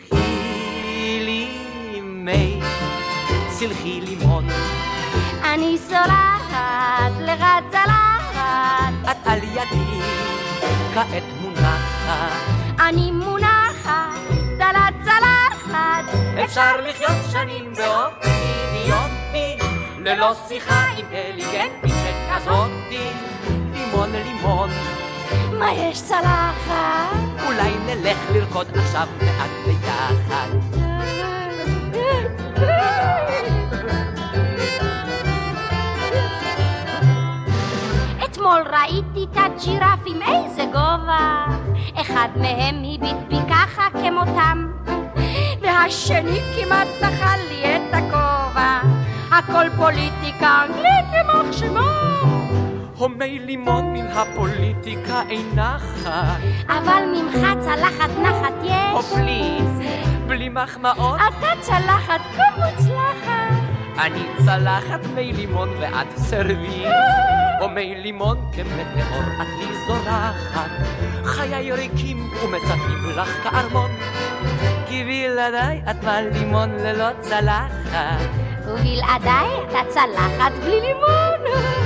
Speaker 22: לי מי סלחי לימון,
Speaker 23: אני סולחת לך צלחת.
Speaker 22: את על ידי כעת מונחת,
Speaker 23: אני מונחת על הצלחת.
Speaker 22: אפשר לחיות שנים באופן אידיוטי, ללא שיחה אינטליגנטית שכזאתי. לימון לימון,
Speaker 23: מה יש צלחת?
Speaker 22: אולי נלך לרקוד עכשיו מעט ביחד.
Speaker 23: אתמול ראיתי את הג'ירפים איזה גובה, אחד מהם הביט בי ככה כמותם, והשני כמעט דחה לי את הכובע. הכל פוליטיקה אנגלית ימח שמו.
Speaker 22: הומי לימון מן הפוליטיקה אין נחת,
Speaker 23: אבל ממך צלחת נחת יש.
Speaker 22: או פליז, בלי מחמאות.
Speaker 23: אתה צלחת כה מוצלחת.
Speaker 22: אני צלחת מי לימון ואת סרוויס. הומי לימון כמטאור את לי זורחת, חיי ריקים ומצפים לך כארמון, כי בלעדיי את מה לימון ללא צלחת,
Speaker 23: ובלעדיי אתה צלחת בלי לימון.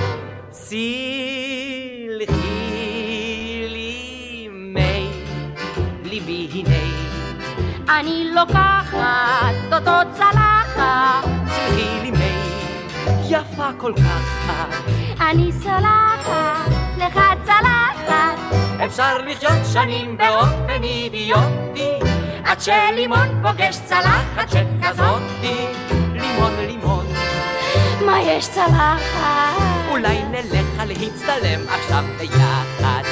Speaker 22: סלחי לי מי ליבי הנה,
Speaker 23: אני לוקחת אותו צלחת.
Speaker 22: סלחי לי מי יפה כל כך את,
Speaker 23: אני סולחת לך צלחת.
Speaker 22: אפשר לחיות שנים באופן אידיוטי, עד שלימון פוגש צלחת שכזאתי. לימון לימון,
Speaker 23: מה יש צלחת?
Speaker 22: אולי נלך להצטלם עכשיו ביחד.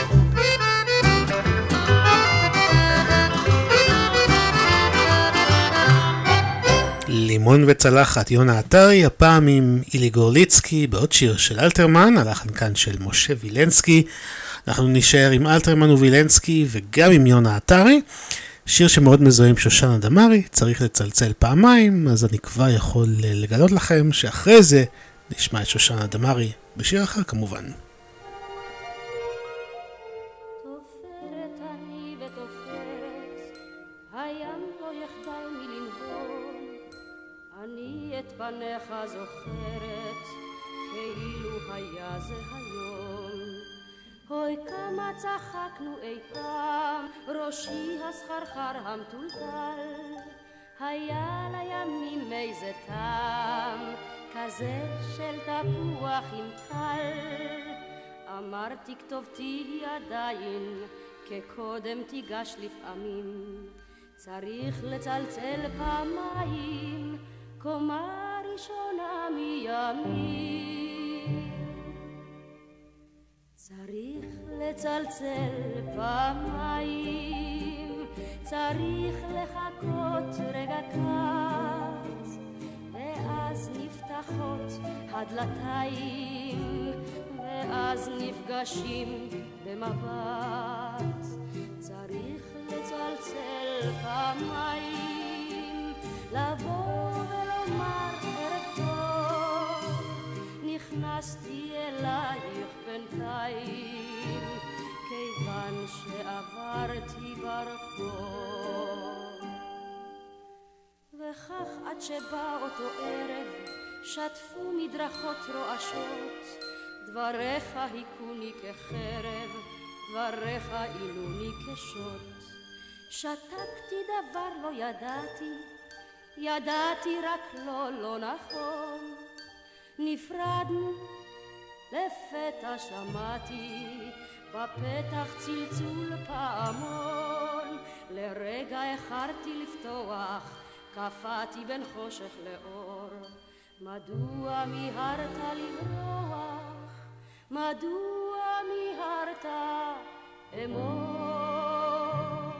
Speaker 3: לימון וצלחת, יונה עטרי, הפעם עם אילי גורליצקי, בעוד שיר של אלתרמן, הלחן כאן של משה וילנסקי. אנחנו נשאר עם אלתרמן ווילנסקי וגם עם יונה עטרי. שיר שמאוד מזוהה עם שושנה דמארי, צריך לצלצל פעמיים, אז אני כבר יכול לגלות לכם שאחרי זה נשמע את שושנה דמארי בשיר אחר כמובן.
Speaker 8: תופרת אני ותופרת, הים לא יחדל מלנהור, אני את פניך זוכרת, כאילו היה זה היום. אוי כמה צחקנו אי פעם, ראשי הסחרחר המטולטל, היה לימים איזה טעם, כזה של תפוח עם טל. אמרתי כתובתי עדיין, כקודם תיגש לפעמים, צריך לצלצל פעמיים, קומה ראשונה מימים. צריך לצלצל פעמיים, צריך לחכות רגע קט, ואז נפתחות הדלתיים, ואז נפגשים במבט. וכך עד שבא אותו ערב שטפו מדרכות רועשות, דבריך היכוני כחרב, דבריך אילוני כשוט. שתקתי דבר לא ידעתי, ידעתי רק לא לא נכון. נפרדנו, לפתע שמעתי בפתח צלצול פעמון. לרגע החרתי לפתוח, קפאתי בין חושך לאור. מדוע מיהרת לברוח? מדוע מיהרת אמור?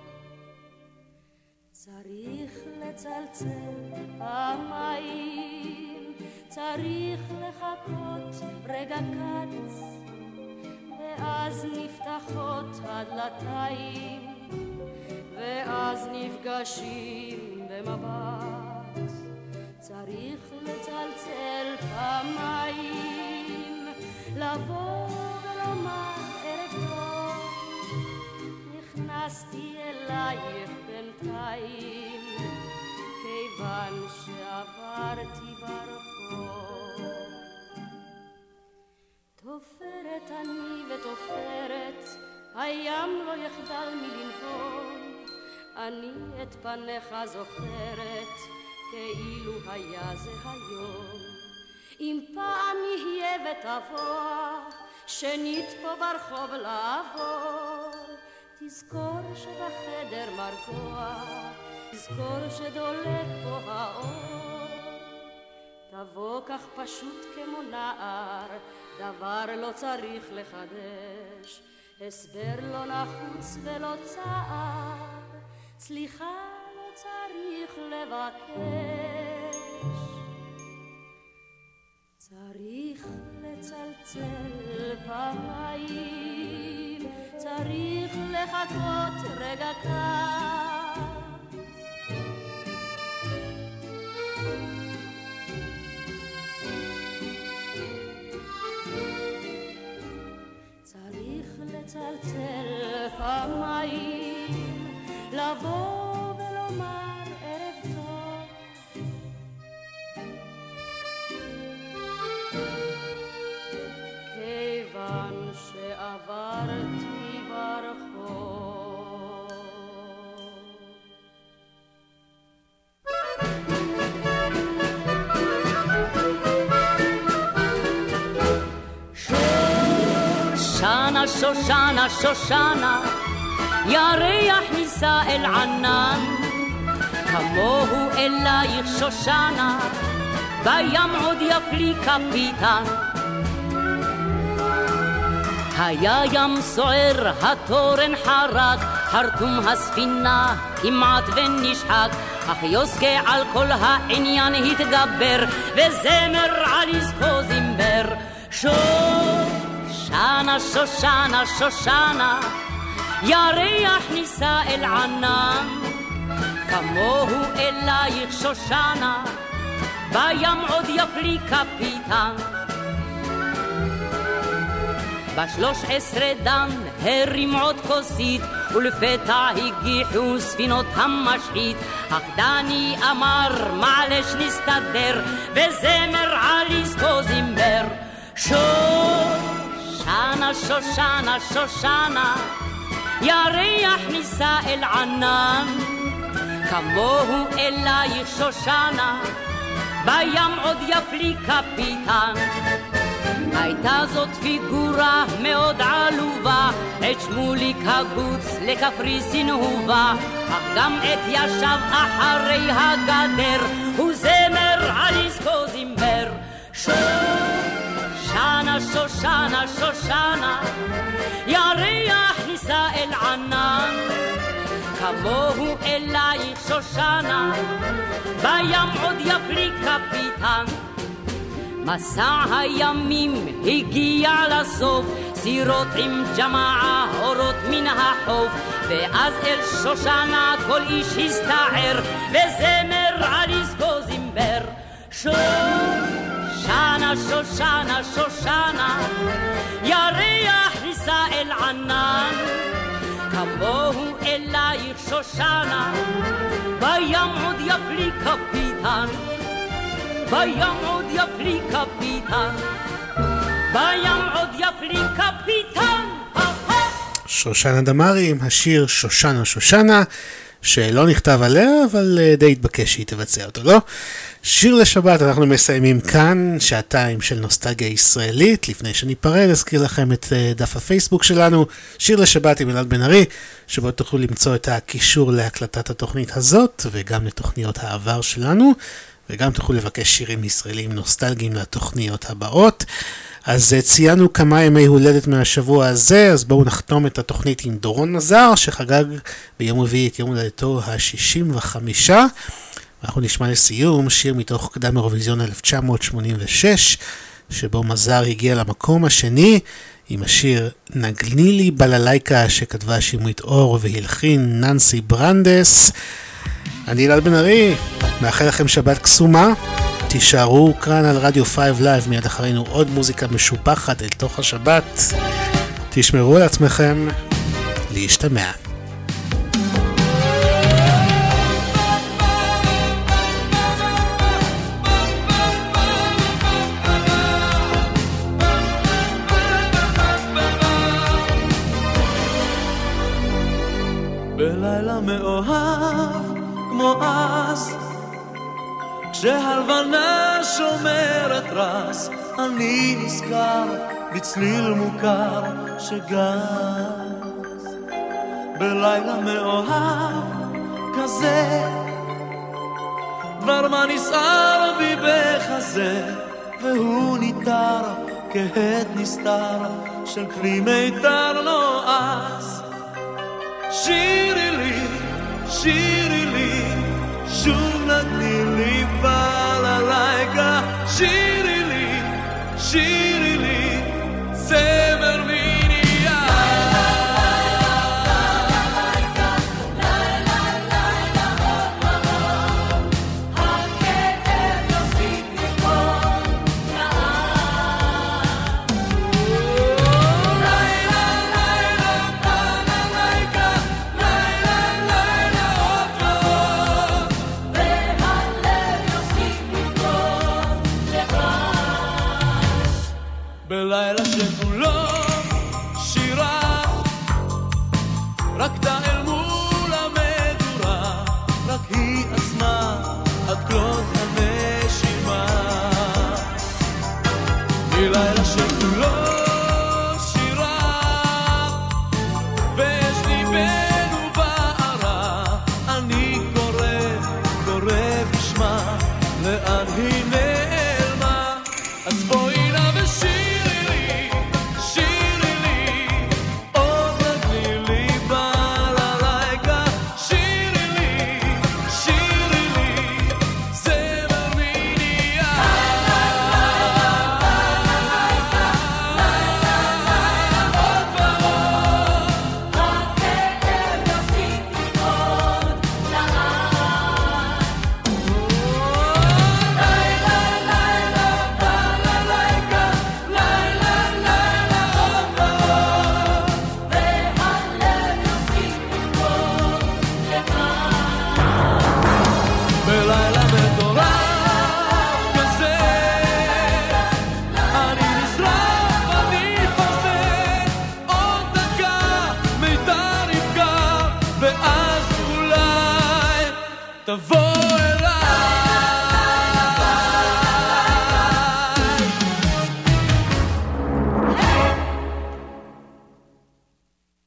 Speaker 8: צריך לצלצל פעמיים, צריך לחכות רגע קט, ואז נפתחות הדלתיים, ואז נפגשים במבט. צריך לצלצל פעמיים, לבוא ולומר ערב טוב. נכנסתי אלייך בינתיים, כיוון שעברתי ברחוב. תופרת אני ותופרת, הים לא יחדל מלנהום. אני את פניך זוכרת, כאילו היה זה היום. אם פעם יהיה ותבוא, שנית פה ברחוב לעבור, תזכור שבחדר מרגוע, תזכור שדולק פה האור. תבוא כך פשוט כמו נער, דבר לא צריך לחדש, הסבר לא נחוץ ולא צער, סליחה לא צריך לבקש. צריך לצלצל פעמיים, צריך לחכות רגע קט. צריך לצלצל פעמיים, לבוא ולומר ערב טוב. כיוון שעברתי ברחוב.
Speaker 22: שושנה, שושנה, שושנה, ירח נישא אל ענן, כמוהו אלייך שושנה, בים עוד יפלי קפיטן. היה ים סוער, התורן חרק, חרטום הספינה כמעט ונשחק, אך יוסקה על כל העניין התגבר, וזמר על יזכו זמבר. שושנה, שושנה, שושנה, ירח נישא אל ענן, כמוהו אלייך שושנה, בים עוד יפלי קפיטן. בשלוש עשרה דן הרים עוד כוסית, ולפתע הגיחו ספינות המשחית, אך דני אמר מעלש נסתדר, וזמר על יזכו זמבר. שושנה, שושנה, שושנה, ירח נישא אל ענן, כמוהו אלייך שושנה, בים עוד יפלי קפיטן. הייתה זאת פיגורה מאוד עלובה, את שמוליק הגוץ לקפריסין הובא, אך גם את ישב אחרי הגדר, וזמר על יזכו זמבר. שושנה, שושנה, שושנה, ירח נישא אל ענן, כמוהו אלייך שושנה, בים עוד יפלי קפיטן. מסע הימים הגיע לסוף, סירות עם ג'מעה אורות מן החוף, ואז אל שושנה כל איש הסתער, וזמר על יזכו זמבר. שושנה, שושנה, שושנה, ירח נישא אל ענן, כמוהו אלייך שושנה, בים עוד יפלי קפיטן, בים עוד יפלי קפיטן, בים עוד יפלי קפיטן.
Speaker 3: שושנה דמארי עם השיר שושנה שושנה, שלא נכתב עליה, אבל די התבקש שהיא תבצע אותו, לא? שיר לשבת, אנחנו מסיימים כאן, שעתיים של נוסטלגיה ישראלית. לפני שניפרד, אזכיר לכם את דף הפייסבוק שלנו, שיר לשבת עם אלעד בן ארי, שבו תוכלו למצוא את הקישור להקלטת התוכנית הזאת, וגם לתוכניות העבר שלנו, וגם תוכלו לבקש שירים ישראלים נוסטלגיים לתוכניות הבאות. אז ציינו כמה ימי הולדת מהשבוע הזה, אז בואו נחתום את התוכנית עם דורון נזר, שחגג ביום רביעי את יום הולדתו ה-שישים וחמש. ואנחנו נשמע לסיום שיר מתוך קדם אירוויזיון אלף תשע מאות שמונים ושש, שבו מזר הגיע למקום השני עם השיר נגני לי בללייקה, שכתבה שימית אור והלחין ננסי ברנדס. אני אלעד בן ארי, מאחל לכם שבת קסומה. תישארו כאן על רדיו פייב לייב, מיד אחרינו עוד מוזיקה משופחת אל תוך השבת. תשמרו על עצמכם, להשתמע.
Speaker 19: בלילה מאוהב כמו אז, כשהלבנה שומרת רס, אני נזכר בצליל מוכר שגז. בלילה מאוהב כזה, דבר מה נסער בי בחזה, והוא ניתר כהד נסתר של כלי מיתר נועז. שירי לי, שירי לי, שוב נתני לי בללייקה. שירי לי, שירי לי, זמר מיניה. הכאב יוסיף לכל נער. לילה לילה בללייקה, לילה לילה עוד ועוד, והלב יוסיף לבכות לבד. בלילה שכולו שירה, רקדה אל מול המדורה, רק היא עצמה עד כלות הנשימה. בלילה שכולו שירה, ויש ליבנו בערה, אני קורא, קורא בשמה, לאן היא נעלמה. אז בואי נא ושירי לי, שירי לי, עוד נגני לי בללייקה. שירי לי, שירי לי, זמר מיניה. עוד ועוד, הכאב יוסיף לבכות לעד. לילה לילה בללייקה, לילה לילה עוד ועוד, והלב יוסיף לבכות לבד. בלילה מטורף כזה, אני נשרף, אני חוזר, עוד דקה מיתר יפגע, ואז אולי תבוא